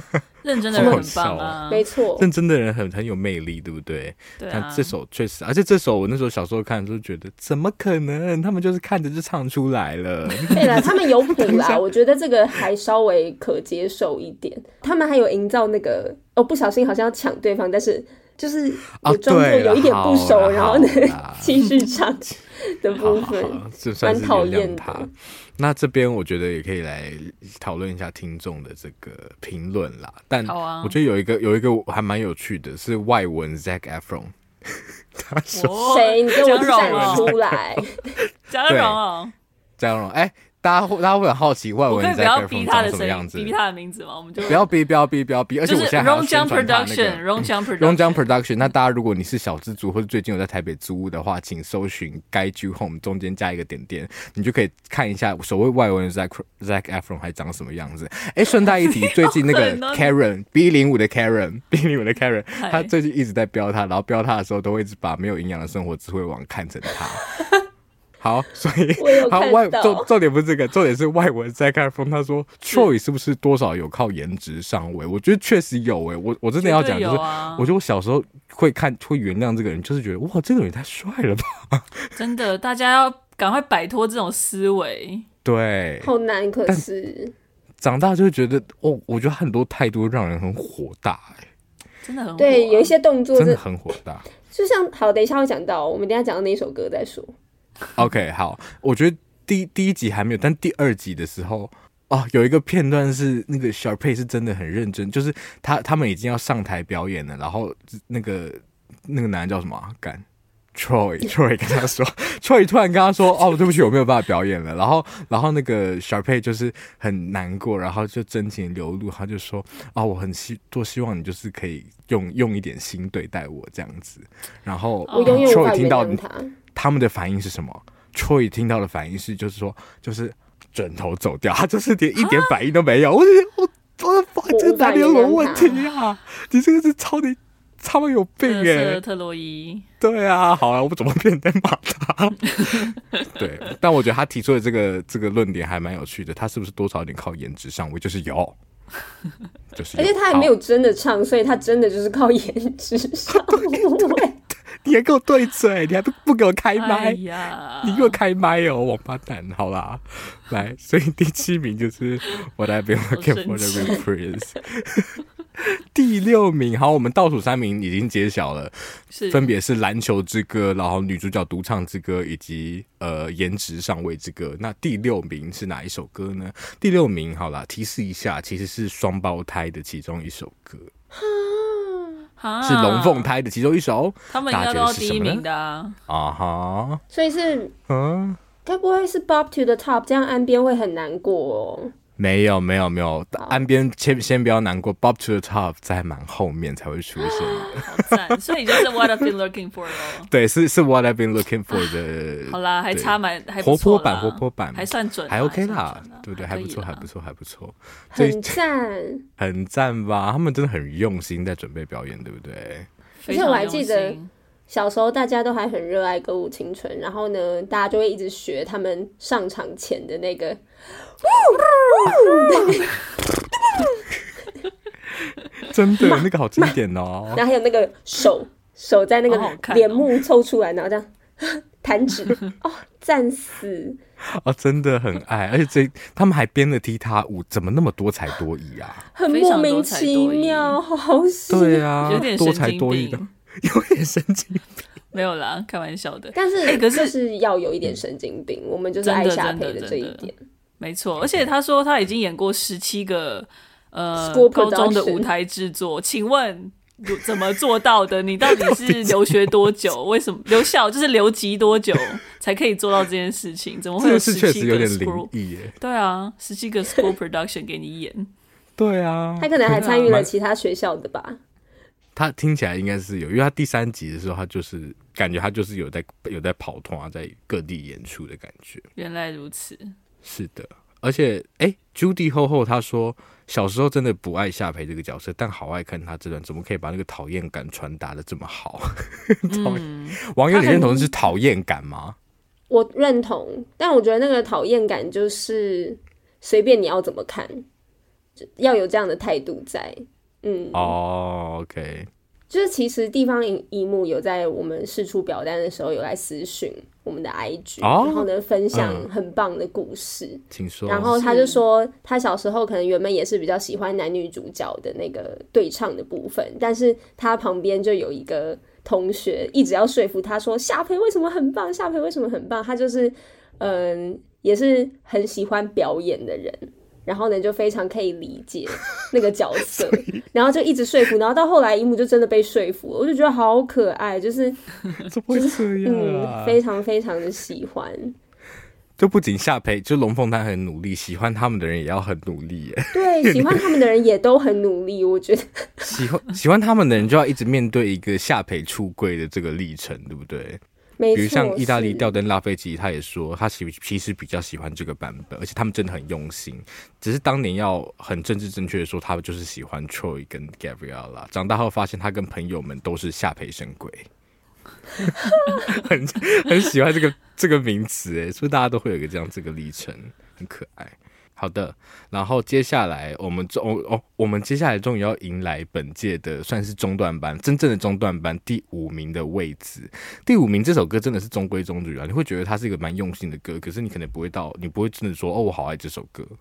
认真的人很棒啊， 没错， 认真的人很很有魅力，对不对？ 对啊。 但这首确实，而且这首我那时候小时候看的时候觉得，怎么可能？他们就是看着就唱出来了。 对了，他们有谱啦，我觉得这个还稍微可接受一点。他们还有营造那个哦，不小心好像要抢对方，但是就是有装作有一点不熟， 哦、 然后呢继续唱的部分，蛮讨厌的。 那这边我觉得也可以来讨论一下听众的这个评论啦。但我觉得有一个有一个还蛮有趣的，是外文 Zac Efron， 他说谁？你给我站出来！ 张荣哦， 张荣，哎。大家会，大家会很好奇外文在 Zac Efron 长什么样子？ 逼他的名字吗？我们就不要逼，不要逼，不要逼！而且我现在还要宣传他那个 Rongjang Production。那大家如果你是小资族或者最近有在台北租屋的话，请搜寻 Gaiju Home 中间加一个点点，你就可以看一下所谓外文 Zac Zac Efron 还长什么样子。哎，顺带一提，最近那个 Karen B 零五 的 Karen B 零五 的 Karen， 他最近一直在标他，然后标他的时候都会一直把没有营养的生活智慧网看成他。好，所以好外重重点不是这个，重点是外文在看风。他说 Troy 是不是多少有靠颜值上位？我觉得确实有诶、欸，我我真的要讲就是， 啊、 我觉得我小时候会看会原谅这个人，就是觉得哇，这个人也太帅了吧！ 真的，大家要赶快摆脱这种思维。 对， 好难，可是长大就会觉得哦，我觉得很多态度让人很火大哎、欸， 真的很火、啊、 对，有一些动作真的很火大。 就像好，等一下会讲到，我们等一下讲到那一首歌再说。 OK， 好，我觉得第第一集还没有，但第二集的时候，哦，有一个片段是那个小佩是真的很认真，就是他他们已经要上台表演了，然后那个那个男人叫什么、啊？干 Troy Troy 跟他说，Troy 突然跟他说，哦，对不起，我没有办法表演了。然后然后那个小佩就是很难过，然后就真情流露，他就说，哦，我很希多希望你就是可以用用一点心对待我这样子。然后我永远无法 Troy 听到原谅他。 他们的反应是什么 ？Troy 听到的反应是，就是说，就是转头走掉，他就是连一点反应都没有。我我我的妈，这个哪里有什么问题啊？你这个是超级超级有病哎、欸！ 特洛伊。 对啊，好啊，我怎么变成骂他？对，但我觉得他提出的这个这个论点还蛮有趣的。他是不是多少有点靠颜值上位？就是有，就是有。 而且他还没有真的唱，所以他真的就是靠颜值上位。 你还给我对嘴，你还不不给我开麦、 哎， 你给我开麦哦，王八蛋！好啦，来，所以第七名就是 What I've Been Looking For the Reprise。第六名，好，我们倒数三名已经揭晓了，分别是篮球之歌，然后女主角独唱之歌，以及呃颜值上位之歌。那第六名是哪一首歌呢？第六名，好啦，提示一下，其实是双胞胎的其中一首歌。是龙凤胎的其中一首， 他们应该都要第一名的啊！ 啊哈， 所以是，嗯，该不会是 Bob to the Top？ 这样岸边会很难过哦。 没有没有没有，岸边先先不要难过 ，Bob to the Top 在蛮后面才会出现的。 好赞，所以就是 What I've Been Looking For 咯。 对，是是 What I've Been Looking For 的。 好啦，还差蛮还不错啦，活泼版活泼版还算准， 还 OK 啦，对不对？还不错，还不错，还不错， 很赞， 很赞吧？他们真的很用心在准备表演，对不对？ 而且我还记得小时候大家都还很热爱歌舞青春，然后呢，大家就会一直学他们上场前的那个。 真的，那个好经典哦。 然后还有那个手手在那个帘幕凑出来，然后这样弹指，哦，赞死！ 哦，真的很爱，而且这他们还编了踢踏舞，怎么那么多才多艺啊？ 很莫名其妙，好喜。 对啊， 有点多才多艺的，有点神经病。 没有啦，开玩笑的。 但是， 欸、可是就是要有一点神经病，我们就是爱夏培的这一点。 没错，而且他说他已经演过十七个呃高中的舞台制作，请问怎么做到的？你到底是留学多久？为什么留校就是留级多久才可以做到这件事情？怎么会有十七个 school？ 对啊，十七个 school production 给你演。 对啊， 他可能还参与了其他学校的吧。 他听起来应该是有，因为他第三集的时候，他就是感觉他就是有在有在跑通啊，在各地演出的感觉。 原来如此， 是的，而且哎 ，Judy 后后他说小时候真的不爱夏培这个角色，但好爱看他这段，怎么可以把那个讨厌感传达的这么好？嗯、网友你认同是讨厌感吗？ 我认同，但我觉得那个讨厌感就是随便你要怎么看，要有这样的态度在。 嗯， 哦、oh, ，OK， 就是其实地方姨母有在我们释出表单的时候有来私讯我们的 I G，、oh? 然后呢分享很棒的故事、嗯、 请说。 然后他就说他小时候可能原本也是比较喜欢男女主角的那个对唱的部分，但是他旁边就有一个同学一直要说服他说夏培为什么很棒，夏培为什么很棒，他就是嗯也是很喜欢表演的人，然后呢就非常可以理解那个角色然后就一直说服，然后到后来姨母就真的被说服了，我就觉得好可爱，就是怎么会这样啊、嗯、非常非常的喜欢。 就不仅夏培就龙凤胎很努力，喜欢他们的人也要很努力耶。 对，喜欢他们的人也都很努力我觉得喜欢喜欢他们的人就要一直面对一个夏培出柜的这个历程，对不对？比如像意大利吊灯拉菲机，他也说他其实比较喜欢这个版本，而且他们真的很用心。只是当年要很政治正确的说，他们就是喜欢 Troy 跟 Gabriella。长大后发现他跟朋友们都是夏培神鬼，很很喜欢这个这个名词哎，是不是大家都会有一个这样这个历程，很可爱。好的，然后接下来我们终哦，我们接下来终于要迎来本届的算是中段班，真正的中段班第五名的位置。第五名这首歌真的是中规中矩啊，你会觉得它是一个蛮用心的歌，可是你可能不会到，你不会真的说哦，我好爱这首歌。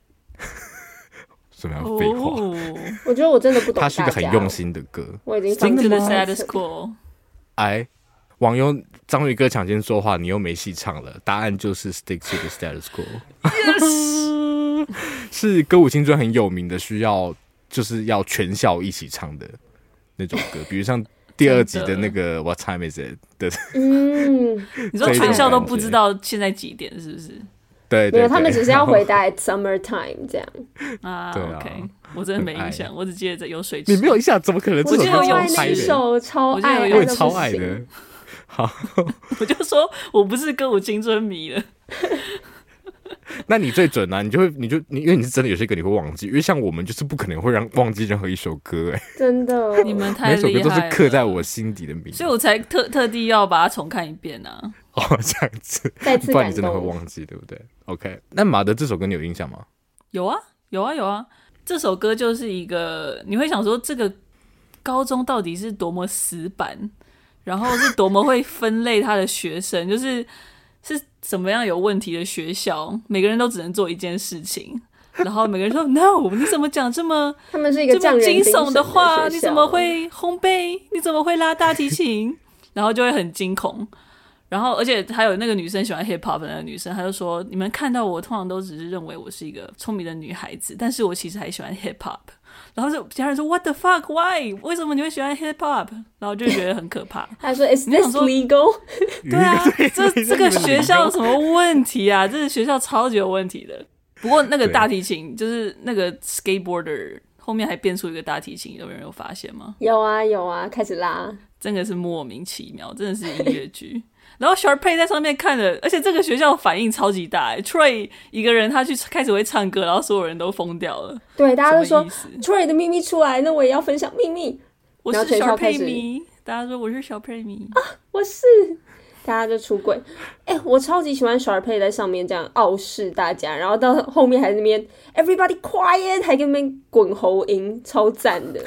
什么样废话？哦、 我觉得我真的不懂。 它是一个很用心的歌， 我已经放弃了 status quo。 哎，网友章鱼哥抢先说话，你又没戏唱了。答案就是 stick to the status quo。Yes。是歌舞青春很有名的，需要就是要全校一起唱的那种歌，比如像第二集的那个 What time is it 的， 嗯， 你说全校都不知道现在几点是不是？ 对， 对, 对， 没有，他们只是要回答 summertime 这样啊。对啊 OK， 我真的没印象，我只记得有水池。 你没有印象，怎么可能？ 我记得有那首超爱， 我也超爱的。好， 我就说我不是歌舞青春迷了。 那你最准啊！你就会，你就你，因为你是真的有些歌你会忘记，因为像我们就是不可能会让忘记任何一首歌哎、欸， 真的， 你们太厉害了， 每首歌都是刻在我心底的名字， 所以我才特特地要把它重看一遍啊。 哦，这样子， 再次感动， 不然你真的会忘记，对不对 ？OK， 那马德这首歌你有印象吗？ 有啊，有啊，有啊。这首歌就是一个，你会想说这个高中到底是多么死板，然后是多么会分类他的学生，就是是什么样有问题的学校，每个人都只能做一件事情，然后每个人说 No， 你怎么讲这么他们是一个这么惊悚的话？你怎么会烘焙？你怎么会拉大提琴？然后就会很惊恐。然后，而且还有那个女生喜欢 hip hop 的那个女生，她就说：“你们看到我，通常都只是认为我是一个聪明的女孩子，但是我其实还喜欢 hip hop。”然后就其他人说 ：“What the fuck? Why？ 为什么你会喜欢 hip hop？” 然后就觉得很可怕。 他说 ：“Is this legal？” 对啊，这这个学校有什么问题啊？这个学校超级有问题的。不过那个大提琴，就是那个 skateboarder 后面还变出一个大提琴，有人有发现吗？ 有啊，有啊，开始拉， 真的是莫名其妙，真的是音乐剧。然后 Sharpay 在上面看了，而且这个学校反应超级大、欸、Troy 一个人他去开始会唱歌，然后所有人都疯掉了。 对，大家都说 Troy 的秘密出来，那我也要分享秘密。 我是 Sharpay 迷，大家说我是 Sharpay 迷啊，我是，大家就出轨。哎、欸，我超级喜欢 Sharpay 在上面这样傲视大家，然后到后面还在那边 Everybody quiet， 还跟那边滚喉音，超赞的。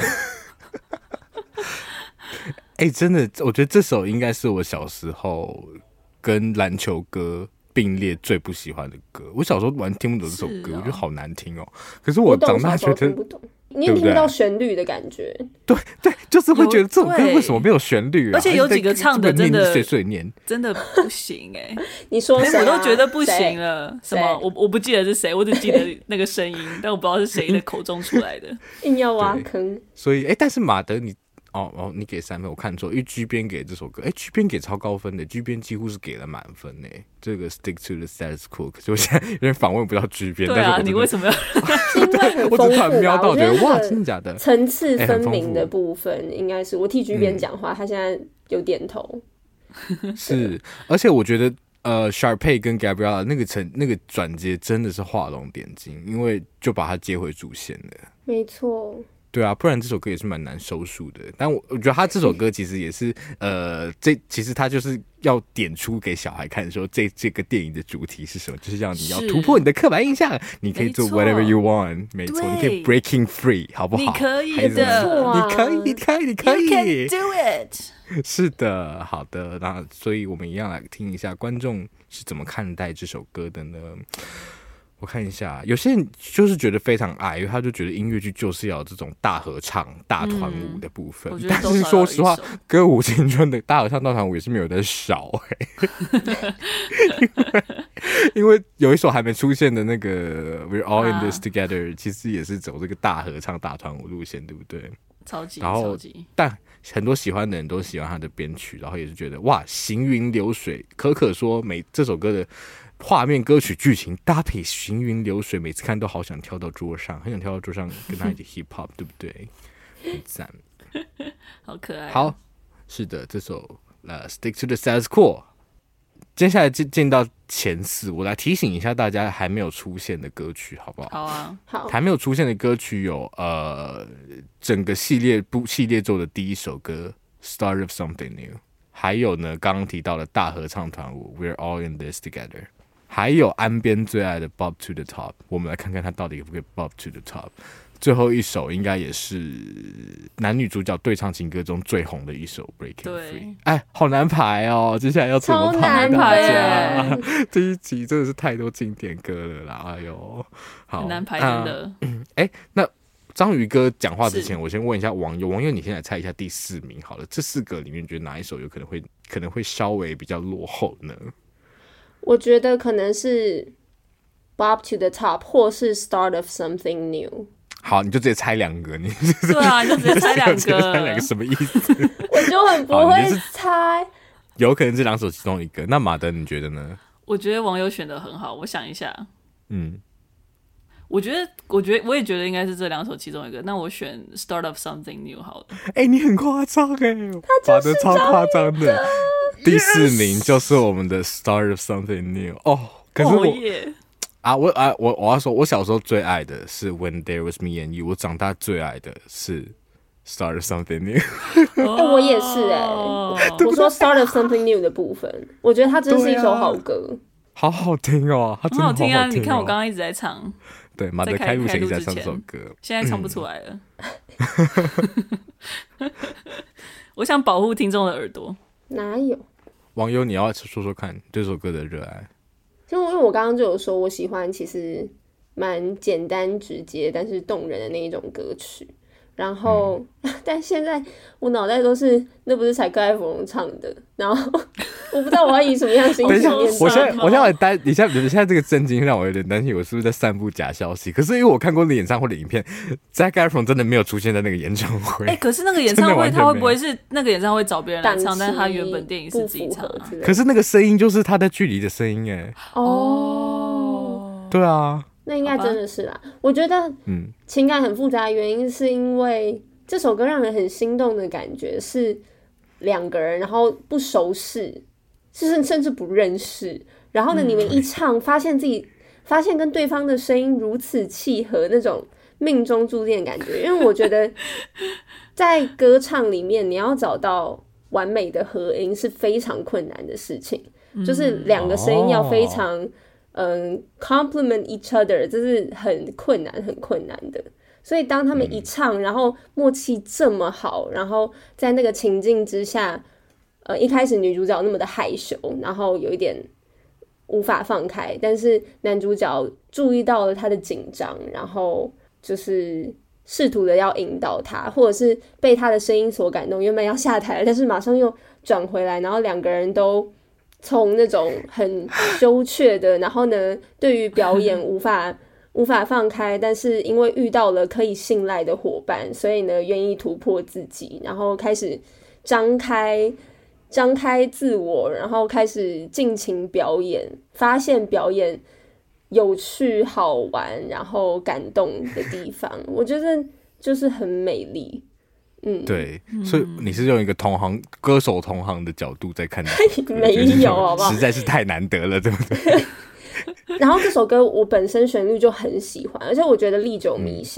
哎、欸，真的，我觉得这首应该是我小时候跟篮球歌并列最不喜欢的歌。我小时候完全听不懂这首歌，哦、我觉得好难听哦。可是我长大觉得， 不懂，你也听不到旋律的感觉。 对对，就是会觉得这首歌为什么没有旋律啊？ 而且有几个唱的真的碎碎念， 真的不行哎、欸。 你说谁、啊？ 我都觉得不行了。什么？我我不记得是谁，我只记得那个声音，但我不知道是谁的口中出来的。 硬要挖坑。 所以，哎、欸，但是马德你。哦哦，你给三分，我看错，因为 G 编给这首歌，哎 ，G 编给超高分的 ，G 编几乎是给了满分呢。这个 Stick to the status quo， 可是我现在有点访问不到 G 编， 对啊， 但是你为什么要？ 因为很丰富吧， 我只突然瞄到觉得哇， 真的假的？ 层次分明的部分，应该是我替 G 编讲话、嗯，他现在有点头。 是，而且我觉得呃 ，Sharpay 跟 Gabriella 那个层那个转接真的是画龙点睛，因为就把它接回主线了。 没错。 对啊，不然这首歌也是蛮难收束的。但我我觉得他这首歌其实也是，呃，这其实他就是要点出给小孩看说，这这个电影的主题是什么，就是让你要突破你的刻板印象，你可以做 whatever you want， 没错，你可以 breaking free， 好不好？ 你可以的， 你可以，你可以，你可以 ，You can do it。 是的，好的，那所以我们一样来听一下观众是怎么看待这首歌的呢？我看一下，有些人就是觉得非常爱，因为他就觉得音乐剧就是要有这种大合唱、大团舞的部分。嗯、但是说实话，歌舞青春的大合唱、大团舞也是没有在少哎、欸，因为有一首还没出现的那个《We're All in This Together》，其实也是走这个大合唱、大团舞路线，对不对？ 超级， 然后超级， 但很多喜欢的人都喜欢他的编曲，然后也是觉得哇，行云流水。可可说每这首歌的画面、歌曲、剧情搭配行云流水，每次看都好想跳到桌上，很想跳到桌上跟他一起 hip hop， 对不对？很赞， 好可爱、啊。 好，是的，这首呃 Stick to the Status Quo。接下来进进到前四，我来提醒一下大家还没有出现的歌曲，好不好？ 好啊， 好。 还没有出现的歌曲有呃，整个系列部系列做的第一首歌《Start of Something New》，还有呢，刚刚提到的大合唱团舞《We're All in This Together》，还有安边最爱的《Bob to the Top》。我们来看看他到底可不可以 Bob to the Top。最后一首应该也是男女主角对唱情歌中最红的一首《Breaking Free》。哎，好难排哦！接下来要怎么排？ 超难排耶！ 这一集真的是太多经典歌了啦！哎呦，好很难排，真的。 哎、啊，那章鱼哥讲话之前，我先问一下网友，网友你先来猜一下第四名好了。这四个里面，觉得哪一首有可能会可能会稍微比较落后呢？ 我觉得可能是《Bob to the Top》或是《Start of Something New》。 好，你就直接猜两个，你对啊，你就直接猜两个， 猜两个什么意思？ 我就很不会猜， 有可能这两首其中一个。那马德你觉得呢？ 我觉得网友选的很好，我想一下， 嗯， 我觉得，我觉得，我也觉得应该是这两首其中一个。那我选《Start of Something New》好了。 哎、欸，你很夸张哎，马德超夸张的。第四名就是我们的《Start of Something New》哦，可是我。 Oh yeah. 啊，我啊，我我要说，我小时候最爱的是 When There Was Me and You， 我长大最爱的是 Start of Something New。 哎、欸，我也是哎、欸，我说 Start of Something New 的部分，我觉得它真是一首好歌， 啊、好好听哦，它真的好好听、哦、 很好听啊！你看我刚刚一直在唱， 对，马德开录前一直在唱这首歌， 现在唱不出来了。嗯、我想保护听众的耳朵， 哪有？ 网友，你要说说看对这首歌的热爱。 就因为我刚刚就有说，我喜欢其实蛮简单直接，但是动人的那一种歌曲。然后，嗯、但现在我脑袋都是那不是才克莱弗隆唱的，然后我不知道我要以什么样的心情面对。 我现在我现在很担，你现在你现在这个震惊让我有点担心，我是不是在散布假消息？可是因为我看过那演唱会的影片，在克莱弗隆真的没有出现在那个演唱会。 哎、欸，可是那个演唱会他会不会是那个演唱会找别人来唱，但是他原本电影是自己唱、啊？ 可是那个声音就是他在距离的声音哎。 哦， 对啊。 那应该真的是啦，我觉得情感很复杂的原因是因为这首歌让人很心动的感觉是两个人，然后不熟识，甚甚至不认识，然后呢，你们一唱，发现自己发现跟对方的声音如此契合，那种命中注定的感觉。因为我觉得在歌唱里面，你要找到完美的合音是非常困难的事情，就是两个声音要非常。嗯 ，complement each other， 这是很困难、很困难的。所以当他们一唱，然后默契这么好，然后在那个情境之下，呃，一开始女主角那么的害羞，然后有一点无法放开，但是男主角注意到了她的紧张，然后就是试图的要引导她，或者是被她的声音所感动，原本要下台了，但是马上又转回来，然后两个人都。从那种很羞怯的，然后呢，对于表演无法无法放开，但是因为遇到了可以信赖的伙伴，所以呢，愿意突破自己，然后开始张开张开自我，然后开始尽情表演，发现表演有趣、好玩，然后感动的地方，我觉得就是很美丽。嗯， 对，所以你是用一个同行歌手同行的角度在看， 没有好不好？ 实在是太难得了，对不对？ 然后这首歌我本身旋律就很喜欢，而且我觉得历久弥新。嗯、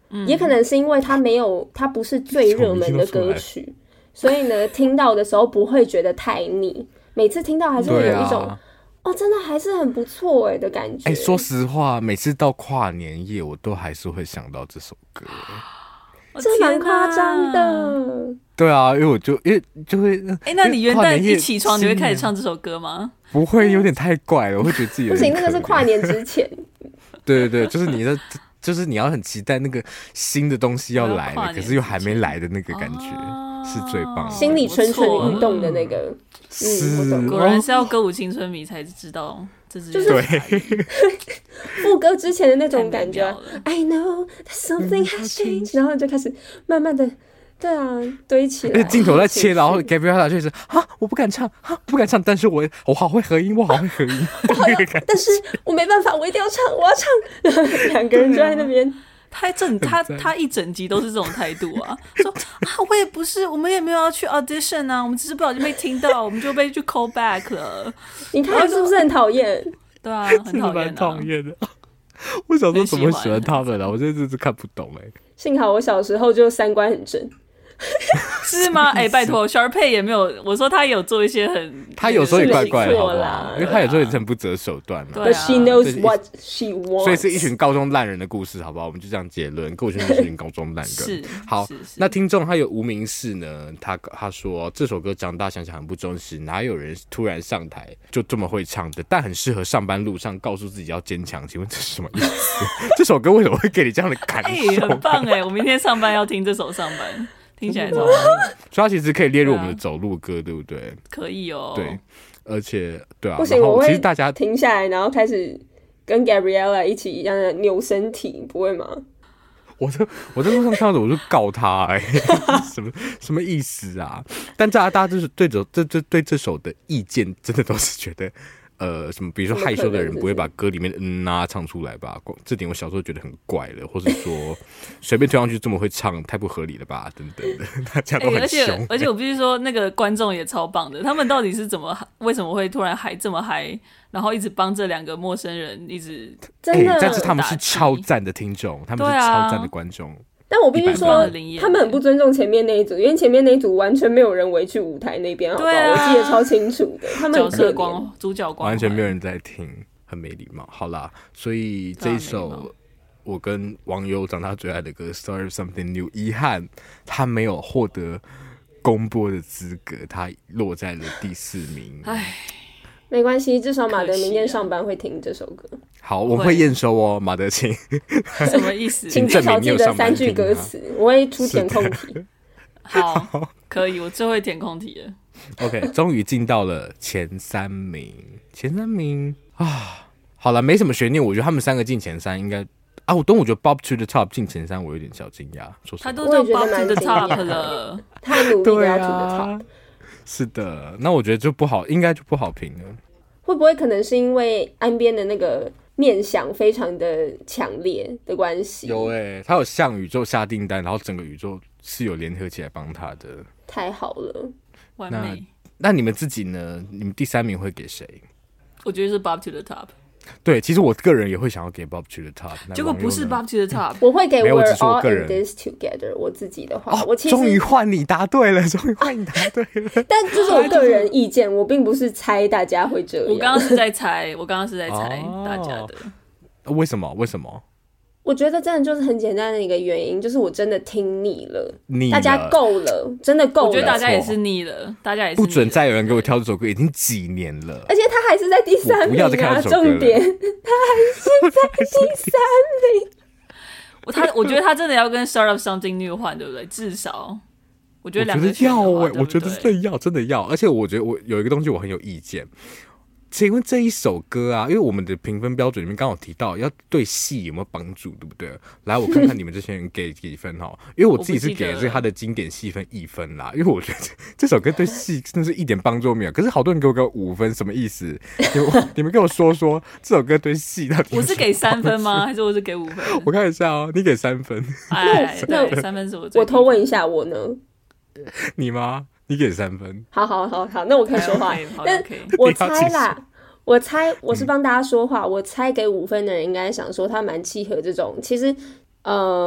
嗯、也可能是因为它没有，它不是最热门的歌曲，所以呢，听到的时候不会觉得太腻，每次听到还是会有一种、啊、哦，真的还是很不错哎的感觉。 哎、欸，说实话，每次到跨年夜，我都还是会想到这首歌。 这蛮夸张的。 对啊，因为我就因为就会哎、欸，那你元旦一起床，你会开始唱这首歌吗？ 不会，有点太怪了，我会觉得自己有点不行，那个是跨年之前。 对对对，就是你的，就是你要很期待那个新的东西要来了，可是又还没来的那个感觉，哦、是最棒的， 心里蠢蠢欲动的那个。 是， 嗯、 果然是要歌舞青春迷才知道。 就是副歌之前的那种感觉 ，I know that something has changed， 然后就开始慢慢的，对啊，堆起来。 而且镜头在切，然后 Gabriella 就是啊，我不敢唱，啊，不敢唱，但是我我好会合音，我好会合音， 但是我没办法，我一定要唱，我要唱。两个人就在那边。 他整他他一整集都是这种态度啊，说啊我也不是，我们也没有要去 audition 啊，我们只是不小心被听到，我们就被去 call back 了。 你看是不是很讨厌？ 对啊，很讨厌、啊， 讨厌的。我小时候怎么会喜欢他们啊？我真的真是看不懂哎、欸。 幸好我小时候就三观很正。 是吗？哎、欸，拜托 Sharpay 也没有，我说他也有做一些很， 他有时候也怪怪的，好不好？因为他有时候也是很不择手段嘛。 But she knows what she wants。 所以是一群高中烂人的故事，好不好？我们就这样结论，过去是一群高中烂人。 是， 好， 是是那听众他有无名氏呢，他他说这首歌长大想想很不忠实，哪有人突然上台就这么会唱的？但很适合上班路上告诉自己要坚强。请问这是什么意思？这首歌为什么会给你这样的感受？ 哎、欸，很棒哎！我明天上班要听这首上班。听起来超棒， 所以它其实可以列入我们的走路歌， 对,、啊、对不对？ 可以哦。 对，而且对啊， 不行，我其实大家停下来，然后开始跟 Gabriella 一起一样的扭身体，不会吗？ 我在我在路上看到我就告他哎、欸，什么什么意思啊？但大家大家就是对这这这对这首的意见，真的都是觉得。呃，什么？比如说害羞的人不会把歌里面的嗯啊唱出来吧？这点我小时候觉得很怪了，或是说随便推上去这么会唱，太不合理了吧？等等的，大家都很凶、欸。 而且而且我必须说，那个观众也超棒的，他们到底是怎么为什么会突然嗨这么嗨，然后一直帮这两个陌生人一直真的， 欸、但是他们是超赞的听众，他们是超赞的观众。 但我必须说，他们很不尊重前面那一组，因为前面那一组完全没有人围去舞台那边，好不好？啊、我记得超清楚的，他们很可怜， 主角光完全没有人在听，很没礼貌。好啦，所以这一首我跟网友长大最爱的歌《Start Something New》，遗憾他没有获得公播的资格，他落在了第四名。 唉。 没关系，至少马德明天上班会听这首歌。 好，我们会验收哦，马德请。 什么意思？ 请至少记得三句歌词，我会出填空题。 好，可以，我最会填空题了。 OK， 终于进到了前三名，前三名啊，好了，没什么悬念，我觉得他们三个进前三应该啊，我但我觉得 Bob to the Top 进前三，我有点小惊讶，说实话， 他都叫 Bob to the Top 了， 太努力了要 to the top。 是的，那我觉得就不好，应该就不好评了。 会不会可能是因为岸边的那个念想非常的强烈的关系？ 有哎、欸，他有向宇宙下订单，然后整个宇宙是有联合起来帮他的， 太好了， 完美。 那你们自己呢？你们第三名会给谁？ 我觉得是 Bob to the Top。 对，其实我个人也会想要给 Bob to the Top， 结果不是 Bob to the Top， 我会给 We're All in This Together。我自己的话， 哦、 我其实终于换你答对了，终于换你答对了。 但这是我个人意见，我并不是猜大家会这样。 我刚刚是在猜，我刚刚是在猜大家的。 哦、为什么？为什么？ 我觉得真的就是很简单的一个原因，就是我真的听腻了， 腻了大家够了，真的够了。 我觉得大家也是腻了，大家也是腻了不准再有人给我挑这首歌，已经几年了， 而且他还是在第三名啊！重点，他还是在第三名。 他，我觉得他真的要跟 Start Up Something New 换，对不对？至少，我觉得两个要哎、 欸， 我觉得真的要，真的要。而且我觉得我有一个东西我很有意见。请问这一首歌啊，因为我们的评分标准里面刚好提到要对戏有没有帮助，对不对？来，我看看你们这些人给几分哈。因为我自己是给的是他的经典戏分一分啦，因为我觉得这首歌对戏真的是一点帮助没有。可是好多人给我个五分，什么意思？你们你们跟我说说这首歌对戏到底有？ 我是给三分吗？还是我是给五分？ 我看一下哦，你给三分。 哎，对，三分是我最。 我偷问一下，我呢？ 你吗？你给三分， 好好好好，那我可以说话。 okay, 但我猜啦，我猜我是帮大家说话。嗯、我猜给五分的人应该想说他蛮契合这种，其实呃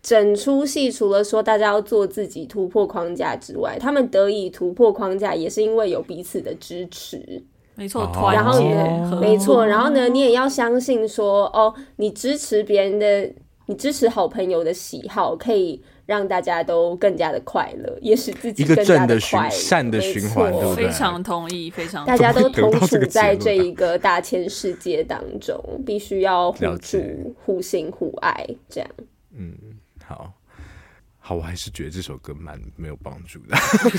整出戏除了说大家要做自己突破框架之外，他们得以突破框架也是因为有彼此的支持。 没错， 然后呢， 没错，然后呢，你也要相信说，哦，你支持别人的，你支持好朋友的喜好，可以让大家都更加的快乐，也使自己更加的快乐， 善的循环，对不对？ 非常同意，非常同意。 大家都同处在这一个大千世界当中，必须要互助、互信、互爱，这样。 嗯，好，好，我还是觉得这首歌蛮没有帮助的。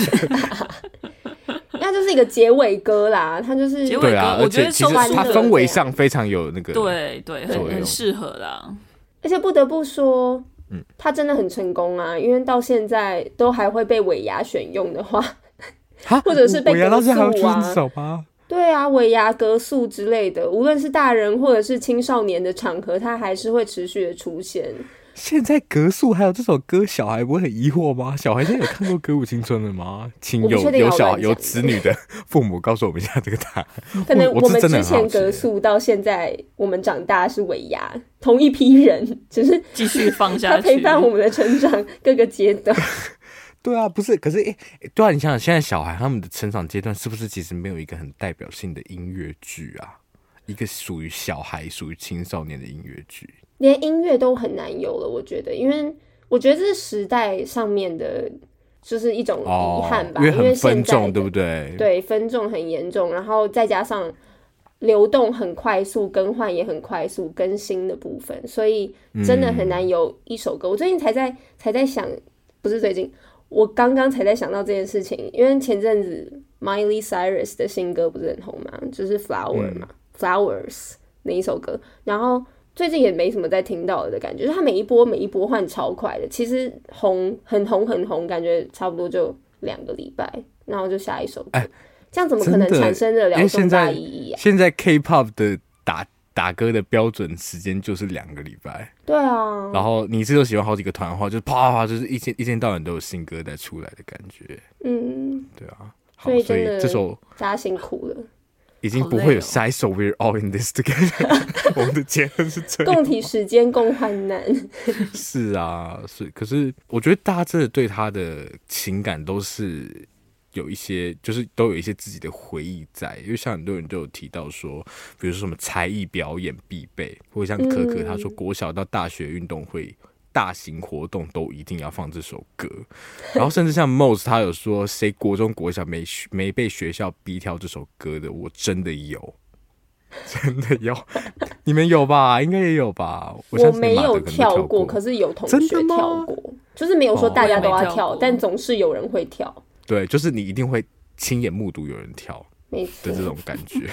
那就是一个结尾歌啦，它就是结尾歌，啊、我觉得其实它氛围上非常有那个， 对对，很很适合啦。 而且不得不说，嗯，它真的很成功啊，因为到现在都还会被尾牙选用的话，或者是被格宿啊，对啊，尾牙格宿之类的，无论是大人或者是青少年的场合，它还是会持续的出现。 现在格宿还有这首歌，小孩不会很疑惑吗？小孩现在有看过《歌舞青春》了吗？请有有小有子女的父母告诉我们一下这个答案。 可能我们之前格宿到现在，我们长大是尾牙，同一批人，只是继续放下去， 他陪伴我们的成长各个阶段。 对啊，不是，可是哎、欸，对啊，你想想，现在小孩他们的成长阶段是不是其实没有一个很代表性的音乐剧啊？一个属于小孩、属于青少年的音乐剧。 连音乐都很难有了，我觉得，因为我觉得这是时代上面的，就是一种遗憾吧， 哦、因为很分众，对不对？ 对，分众很严重，然后再加上流动很快速，更换也很快速，更新的部分，所以真的很难有一首歌。嗯、我最近才在才在想，不是最近，我刚刚才在想到这件事情，因为前阵子 Miley Cyrus 的新歌不是很红嘛，就是 Flower 嘛、嗯、，Flowers 那一首歌，然后。最近也没什么在听到的感觉，就是它每一波每一波换超快的，其实红很红很红，感觉差不多就两个礼拜，然后就下一首歌，哎、这样怎么可能产生得了重大意义啊？ 现在 K-pop 的打打歌的标准时间就是两个礼拜， 对啊， 然后你是有喜欢好几个团的话，就是啪啪啪，就是一天一天到晚都有新歌在出来的感觉， 嗯， 对啊， 所以真的这首大家辛苦了。 已经不会有下一首 We're all in this together 我们的结论是这样， 共体时间共患难。 是啊，是，可是我觉得大家真的对他的情感都是有一些，就是都有一些自己的回忆在，因为像很多人都有提到说，比如说什么才艺表演必备，或者像可可他说国小到大学运动会大型活动都一定要放这首歌，然后甚至像 Mose 他有说，谁国中国小没没被学校逼跳这首歌的，我真的有，真的有，你们有吧？应该也有吧？我, 我没有跳过，可是有同学跳过，就是没有说大家都要跳，哦、但总是有人会跳。 对，就是你一定会亲眼目睹有人跳的这种感觉。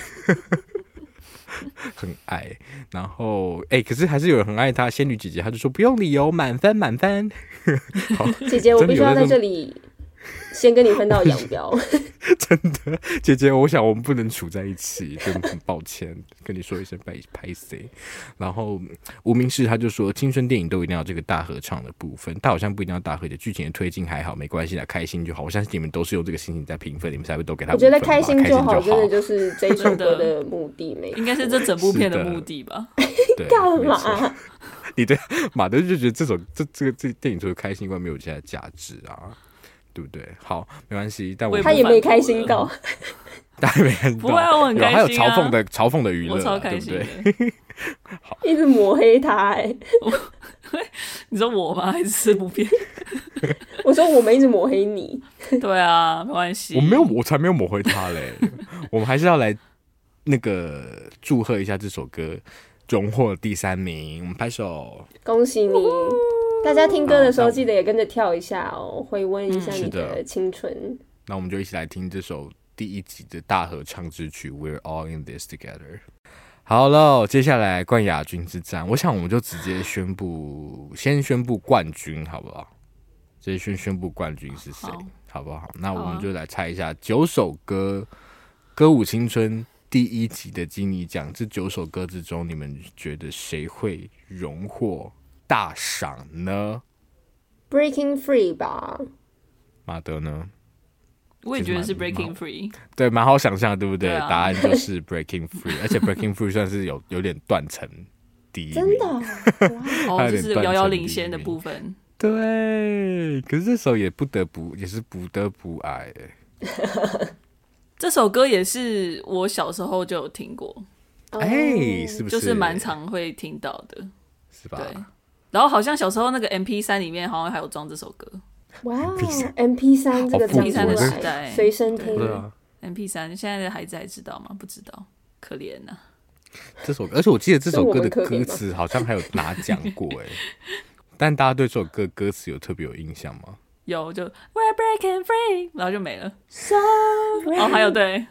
很爱，然后哎、欸，可是还是有人很爱他，仙女姐姐，她就说不用理由，满分满分。 姐姐，我必须要在这里先跟你分道扬镳。 真的，姐姐，我想我们不能处在一起，真的很抱歉，跟你说一声拍拍 C。然后无名氏他就说，青春电影都一定要这个大合唱的部分，但好像不一定要大合的剧情的推进还好，没关系啦，开心就好。我相信你们都是用这个心情在评分，你们才会都给他。 我觉得开心就好，真的就是这首歌的目的，没应该是这整部片的目的吧？ 干嘛？ 你对马德就觉得这首这这个这个电影除了开心以外，没有其他价值啊。对不对？好，没关系，但我他也没开心到， 他也没开心到， 不会啊，我很开心啊， 还有嘲讽的嘲讽的娱乐， 我超开心的， 对不对？ 好，一直抹黑他、欸，哎， 你说我吗？还是这部片？ 我说我们一直抹黑你， 对啊，没关系， 我没有，我才没有抹黑他嘞，我们还是要来那个祝贺一下这首歌荣获第三名，我们拍手， 恭喜你！大家听歌的时候记得也跟着跳一下哦，回温一下你的青春。 嗯、那我们就一起来听这首第一集的大合唱之曲 We're all in this together。好了，接下来冠亚军之战，我想我们就直接宣布，先宣布冠军好不好？直接宣宣布冠军是谁，好不好？那我们就来猜一下九首歌《歌舞青春》第一集的金尼奖，这九首歌之中，你们觉得谁会荣获大赏呢 ？Breaking Free 吧。 马德呢？ 我也觉得是 Breaking Free。 对，蛮好想象，对不对？ 对啊、 答案就是 Breaking Free， 而且 Breaking Free 算是有有点断层第一名， 真的， 哦，就是遥遥领先的部分。 对，可是这首也不得不也是不得不爱这首歌也是我小时候就有听过， 哎、欸，是不是？ 就是蛮常会听到的， 是吧？ 对。然后好像小时候那个 M P 三 里面好像还有装这首歌。 哇 ，M P 三 这个讲出的时代， 随身听。 对啊 ，M P 三 现在的孩子还知道吗？不知道，可怜呐、啊。 这首歌，而且我记得这首歌的歌词好像还有拿奖过哎，但大家对这首歌歌词有特别有印象吗？ 有，就 We're breaking free， 然后就没了。So 哦，还有对，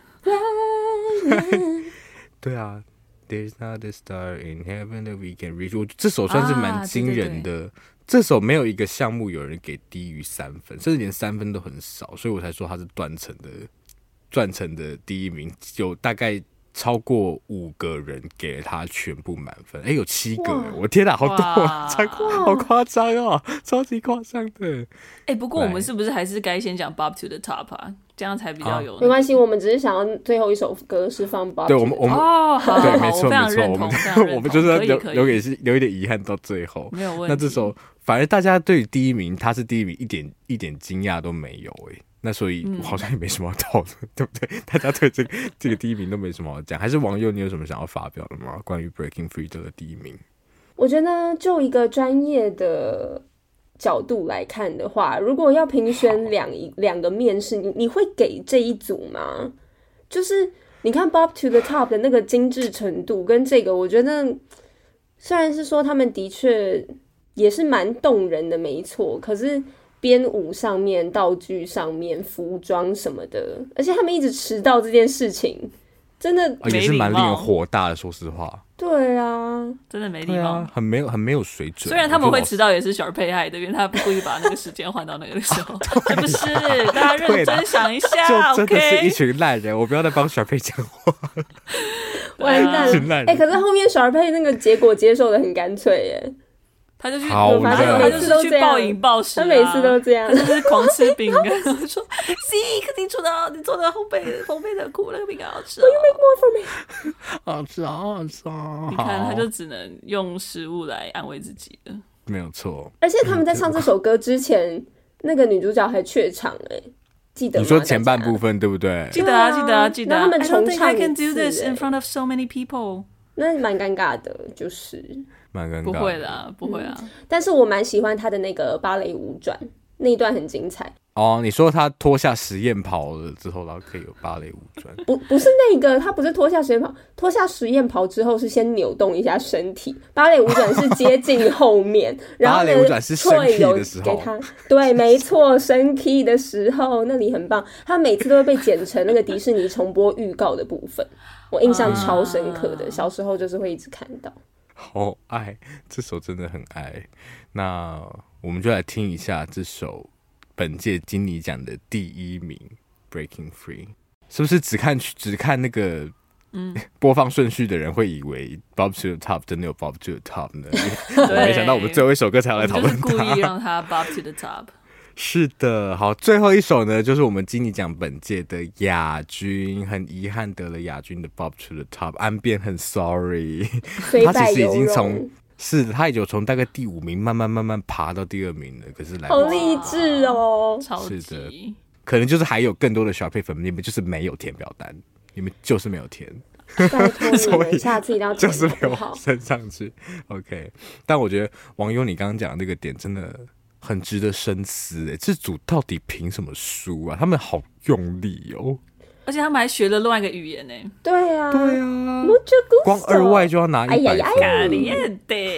对啊。There's not a star in heaven that we can reach。我这首算是蛮惊人的、啊对对对，这首没有一个项目有人给低于三分，甚至连三分都很少，所以我才说他是断层的断层的第一名，有大概超过五个人给了他全部满分，哎、欸，有七个，我天哪，好多，好夸张哦，超级夸张的。 哎、欸，不过我们是不是还是该先讲 Bob to the Top 啊？这样才比较有、那個啊。没关系，我们只是想要最后一首歌是放 Bob。 对，我们我们哦，好， 对，没错没错， 我们我们就是要留留给留一点遗憾到最后， 没有问题。 那这首反而大家对第一名他是第一名一点一点惊讶都没有哎、欸。那所以我好像也没什么好讨论、嗯，对不对？大家对这个这个第一名都没什么好讲，还是网友你有什么想要发表的吗？关于 Breaking Free 这个第一名， 我觉得就一个专业的角度来看的话，如果要评选两两个面试，你你会给这一组吗？就是你看 Bob to the Top 的那个精致程度跟这个，我觉得虽然是说他们的确也是蛮动人的，没错，可是。编舞上面、道具上面、服装什么的，而且他们一直迟到这件事情，真的、 哦、也是蛮令人火大的。说实话， 对啊， 真的没礼貌、 啊，很没有、很没有水准。 虽然他们会迟到，也是小佩害的，因为他故意把那个时间换到那个时候，是不是？大家认真想一下， 就真的是一群烂人。我不要再帮小佩讲话， 完蛋了！哎、欸，可是后面小佩那个结果接受的很干脆耶。 他就去，他就他就是去暴饮暴食、啊， 他每次都这样， 他就是狂吃饼干。我说 ：“C， 肯定做到，你做的烘焙烘焙的苦，那个饼干好吃、哦。” You make more for me， 好吃，好好吃哦！ 你看，他就只能用食物来安慰自己了。 没有错。 而且他们在唱这首歌之前，那个女主角还怯场哎、欸，记得吗？ 你说前半部分对不对？ 记得啊，记得啊，记得、啊。 他们重唱一次、欸、 I don't think I can do this in front of so many people。 那蛮尴尬的，就是蛮尴尬的。 不会啦，不会啦、嗯。 但是我蛮喜欢他的那个芭蕾舞转，那一段很精彩。 哦，你说他脱下实验袍了之后，然后可以有芭蕾舞转？ 不，不是那个，他不是脱下实验袍，脱下实验袍之后是先扭动一下身体。芭蕾舞转是接近后面，然后芭蕾舞转是升 key 的时候， 给他对，没错，升 key 的时候那里很棒。他每次都会被剪成那个迪士尼重播预告的部分。我印象超深刻的、啊，小时候就是会一直看到。 好爱这首，真的很爱。那我们就来听一下这首本届金尼奖的第一名《Breaking Free》，是不是只看只看那个嗯播放顺序的人会以为 Bob to the Top 真的有 Bob to the Top 呢？我没想到我们最后一首歌才要来讨论它， 就是故意让他 Bob to the Top。 是的，好，最后一首呢，就是我们金尼奖本届的亚军，很遗憾得了亚军的 Bob to the Top， 安边很 sorry， 他其实已经从是他已经从大概第五名慢慢慢慢爬到第二名了，可是来不及， 好励志哦， 是的，可能就是还有更多的小配粉，你们就是没有填表单，你们就是没有填。 拜托你们下次一定要填就是没有升上去 OK， 但我觉得网友你刚刚讲的那个点真的很值得深思诶，这组到底凭什么输啊？他们好用力哦， 而且他们还学了另外一个语言呢。 对啊， 对啊，光二外就要拿一百分。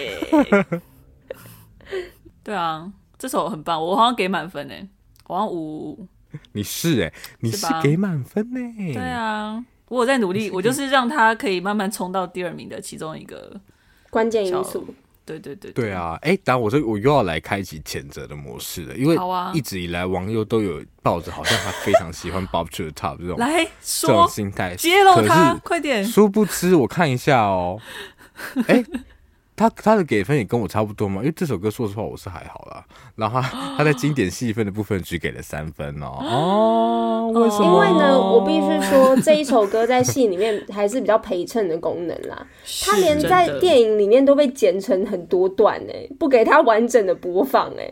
对啊，这首很棒，我好像给满分诶，我好像五。 你是诶，你是给满分呢？ 对啊，我有在努力，我就是让他可以慢慢冲到第二名的其中一个关键因素。 对对 对, 对, 对啊，哎，当然我这我又要来开启谴责的模式了，因为一直以来网友都有抱着好像他非常喜欢 Bob to the Top 这种来这种心态， 揭露他，快点！ 殊不知我看一下哦，哎，他他的给分也跟我差不多嘛，因为这首歌说实话我是还好啦，然后他他在经典戏份的部分只给了三分哦。哦，为什么？ 因为呢，我必须说这一首歌在戏里面还是比较陪衬的功能啦。他连在电影里面都被剪成很多段哎、欸，不给他完整的播放哎、欸。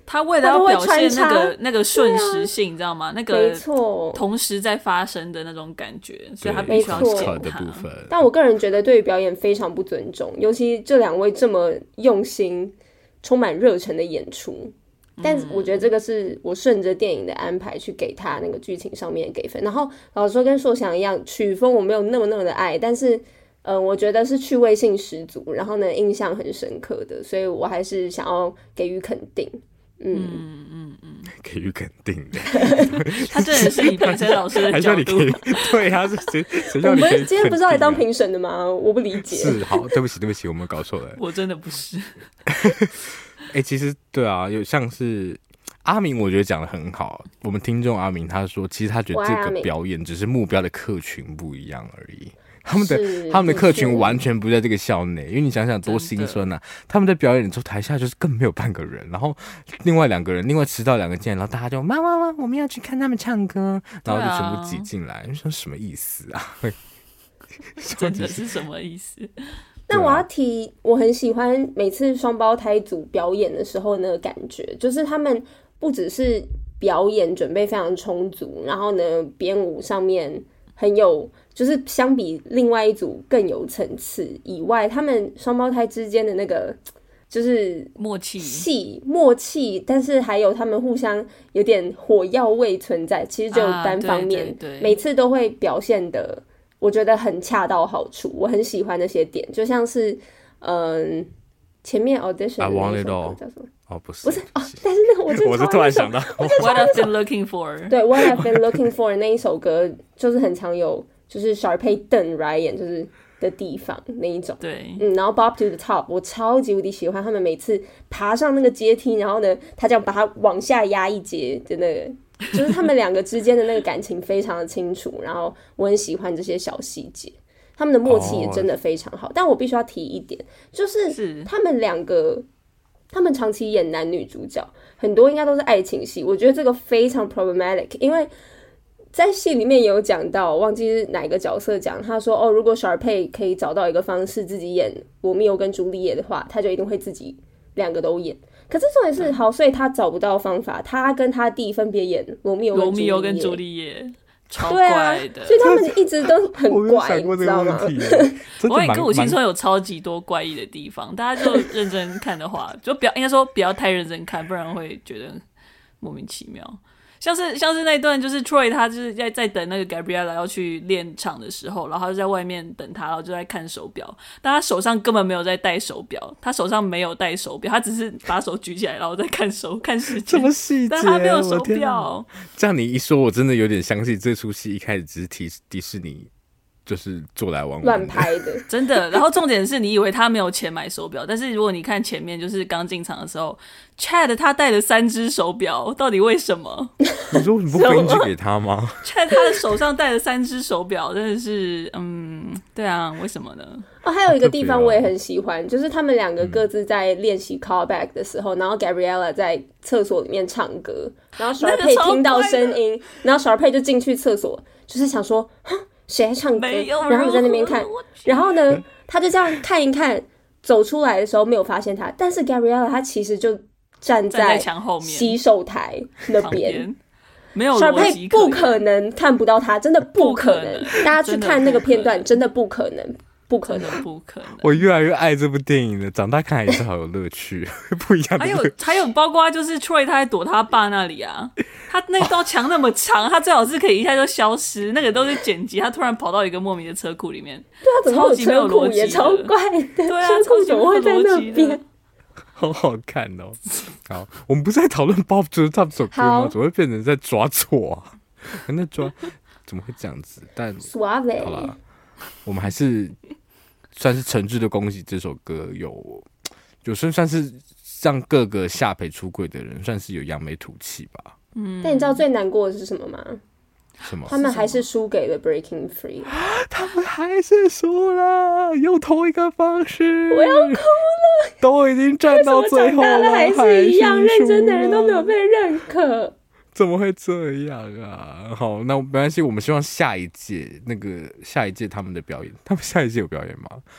他为了要表现那个那个瞬时性，你知道吗？那个同时在发生的那种感觉，所以他必须要剪的部分。 但我个人觉得对于表演非常不尊重，尤其这两位这么用心、充满热忱的演出。但我觉得这个是我顺着电影的安排去给他那个剧情上面给分。然后老实说，跟硕翔一样，曲风我没有那么那么的爱，但是呃，我觉得是趣味性十足，然后呢，印象很深刻的，所以我还是想要给予肯定。嗯嗯嗯嗯， 给予肯定的。 他真的是以评审老师的角度， 对啊，是谁谁叫你可以？ 我们今天不是要来当评审的吗？我不理解。 是，好，对不起，对不起，我们搞错了。 我真的不是。 哎、欸，其实对啊，有像是阿明，我觉得讲得很好。我们听众阿明他说，其实他觉得这个表演只是目标的客群不一样而已。他们的他们的客群完全不在这个校内，因为你想想多心酸啊！他们在表演之后，台下就是根本没有半个人，然后另外两个人，另外迟到两个进来，然后大家就妈妈妈，我们要去看他们唱歌，然后就全部挤进来，你说什么意思啊？ 真的是什么意思？ 那我要提，我很喜欢每次双胞胎组表演的时候那个感觉，就是他们不只是表演准备非常充足，然后呢编舞上面很有，就是相比另外一组更有层次以外，他们双胞胎之间的那个就是默契戏默契，但是还有他们互相有点火药味存在，其实只有单方面、啊、对对对，每次都会表现的我觉得很恰到好处，我很喜欢那些点，就像是嗯前面 audition 的那首歌叫什么？ 哦，不是， 不是哦，但是那个我就我是突然想到 What I've been looking for， 对 What I've been looking for 那一首歌，就是很常有就是 Sharpay 瞪 Ryan 就是的地方那一种， 对， 嗯，然后 Bob to the Top 我超级无敌喜欢他们每次爬上那个阶梯，然后呢，他这样把它往下压一阶的那个。就是他们两个之间的那个感情非常的清楚，然后我很喜欢这些小细节，他们的默契也真的非常好。Oh. 但我必须要提一点，就是他们两个，他们长期演男女主角，很多应该都是爱情戏，我觉得这个非常 problematic， 因为在戏里面有讲到，忘记是哪个角色讲，他说哦，如果 Sharpay 可以找到一个方式自己演罗密欧跟朱丽叶的话，他就一定会自己两个都演。可是重点是，好，所以他找不到方法，他跟他弟分别演罗密欧罗密欧跟朱丽叶，超怪的、 啊，所以他们一直都很怪，你知道吗？ 我跟你歌舞青春有超级多怪异的地方，大家就认真看的话，就不要应该说不要太认真看，不然会觉得莫名其妙。像是像是那一段，就是 Troy 他就是在在等那个 Gabriella 要去练场的时候，然后他就在外面等他，然后就在看手表，但他手上根本没有在戴手表，他手上没有戴手表，他只是把手举起来，然后在看手看时间， 这么细节， 但他没有手表。 这样你一说，我真的有点相信这出戏一开始只是提迪士尼。就是做来玩玩乱拍的， 真的。然后重点是你以为他没有钱买手表，但是如果你看前面，就是刚进场的时候 ，Chad 他带了三只手表，到底为什么？ 你说你不分去给他吗 ？Chad 他的手上带了三只手表，真的是，嗯，对啊，为什么呢？ 哦，还有一个地方我也很喜欢，就是他们两个各自在练习 callback 的时候，嗯、然后 Gabriella 在厕所里面唱歌，然后 Sharpay 听到声音，然后 Sharpay 就进去厕所，就是想说，谁在唱歌？然后在那边看，然后呢，他就这样看一看，走出来的时候没有发现他，但是 Gabriella 他其实就站在墙后面洗手台那边， 没有 Sharpay 不可能看不到他，真的不可能。大家去看那个片段，真的不可能。不可能， 不可能！ 我越来越爱这部电影了，长大看还是好有乐趣，不一样的乐趣。 还有还有，包括就是 Troy 他在躲他爸那里啊，他那道墙那么长，他最好是可以一下就消失，那个都是剪辑，他突然跑到一个莫名的车库里面， 对啊，怎么有车库也超怪的， 对啊， 车库怎么会在那边？ 好好看哦！好，我们不是在讨论 Bob to the Top 这首歌吗？怎么会变成在抓错啊？那抓怎么会这样子？但好啦，我们还是。算是诚挚的恭喜这首歌有，有算算是让各个下陪出柜的人算是有扬眉吐气吧。 嗯，但你知道最难过的是什么吗？ 什么？ 他们还是输给了 Breaking Free。 他们还是输了，用同一个方式。 我要哭了， 都已经站到最后了， 还是一样，认真的人都没有被认可。 怎么会这样啊？好，那没关系，我们希望下一届那个下一届他们的表演，他们下一届有表演吗？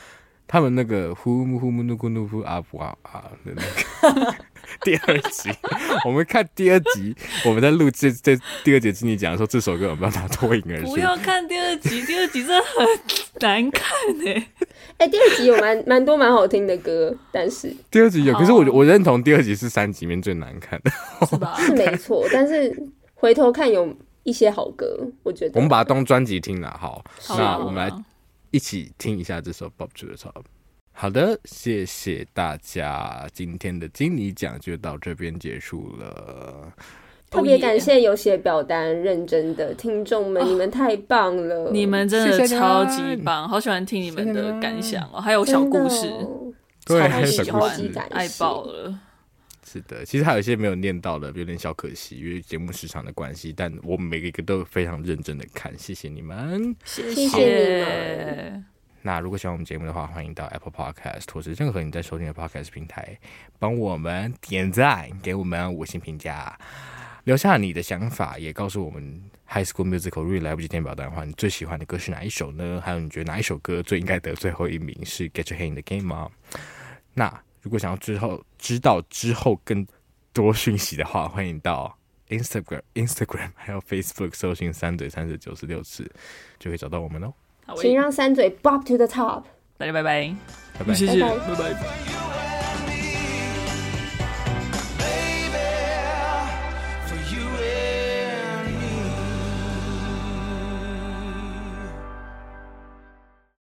他们那个呼木呼木努咕努呼啊不啊啊的那个第二集，我们看第二集，我们在录这这第二节经理讲说这首歌有没有办法脱颖而出？ 不要看第二集，第二集真的很难看哎、欸。 哎、欸，第二集有蛮蛮多蛮好听的歌，但是第二集有，可是我我认同第二集是三集里面最难看的， 是吧？ 是没错，但是回头看有一些好歌，我觉得我们把它当专辑听了。好， 好那我们来一起听一下这首 Bob to the Top。好的，谢谢大家，今天的经理讲就到这边结束了。 特别感谢有写表单认真的听众们，你们太棒了， 你们真的超级棒，好喜欢听你们的感想哦，还有小故事， 对， 超级小故事， 爱爆了。 是的，其实还有一些没有念到的，有点小可惜，因为节目时长的关系。但我们每一个都非常认真的看，谢谢你们， 谢谢你们。 那如果喜欢我们节目的话，欢迎到 Apple Podcast 或是任何你在收听的 Podcast 平台，帮我们点赞，给我们五星评价，留下你的想法，也告诉我们 High School Musical 如果来不及填表单的话，你最喜欢的歌是哪一首呢？还有你觉得哪一首歌最应该得最后一名是 Get Your Head in the Game 吗？那如果想要之后知道之后更多讯息的话，欢迎到 Instagram、Instagram 还有 Facebook 搜寻三嘴三十九十六次，就可以找到我们哦。 请让三嘴 Bob to the top。 大家拜拜， 拜拜， 谢谢， 拜拜。 拜拜。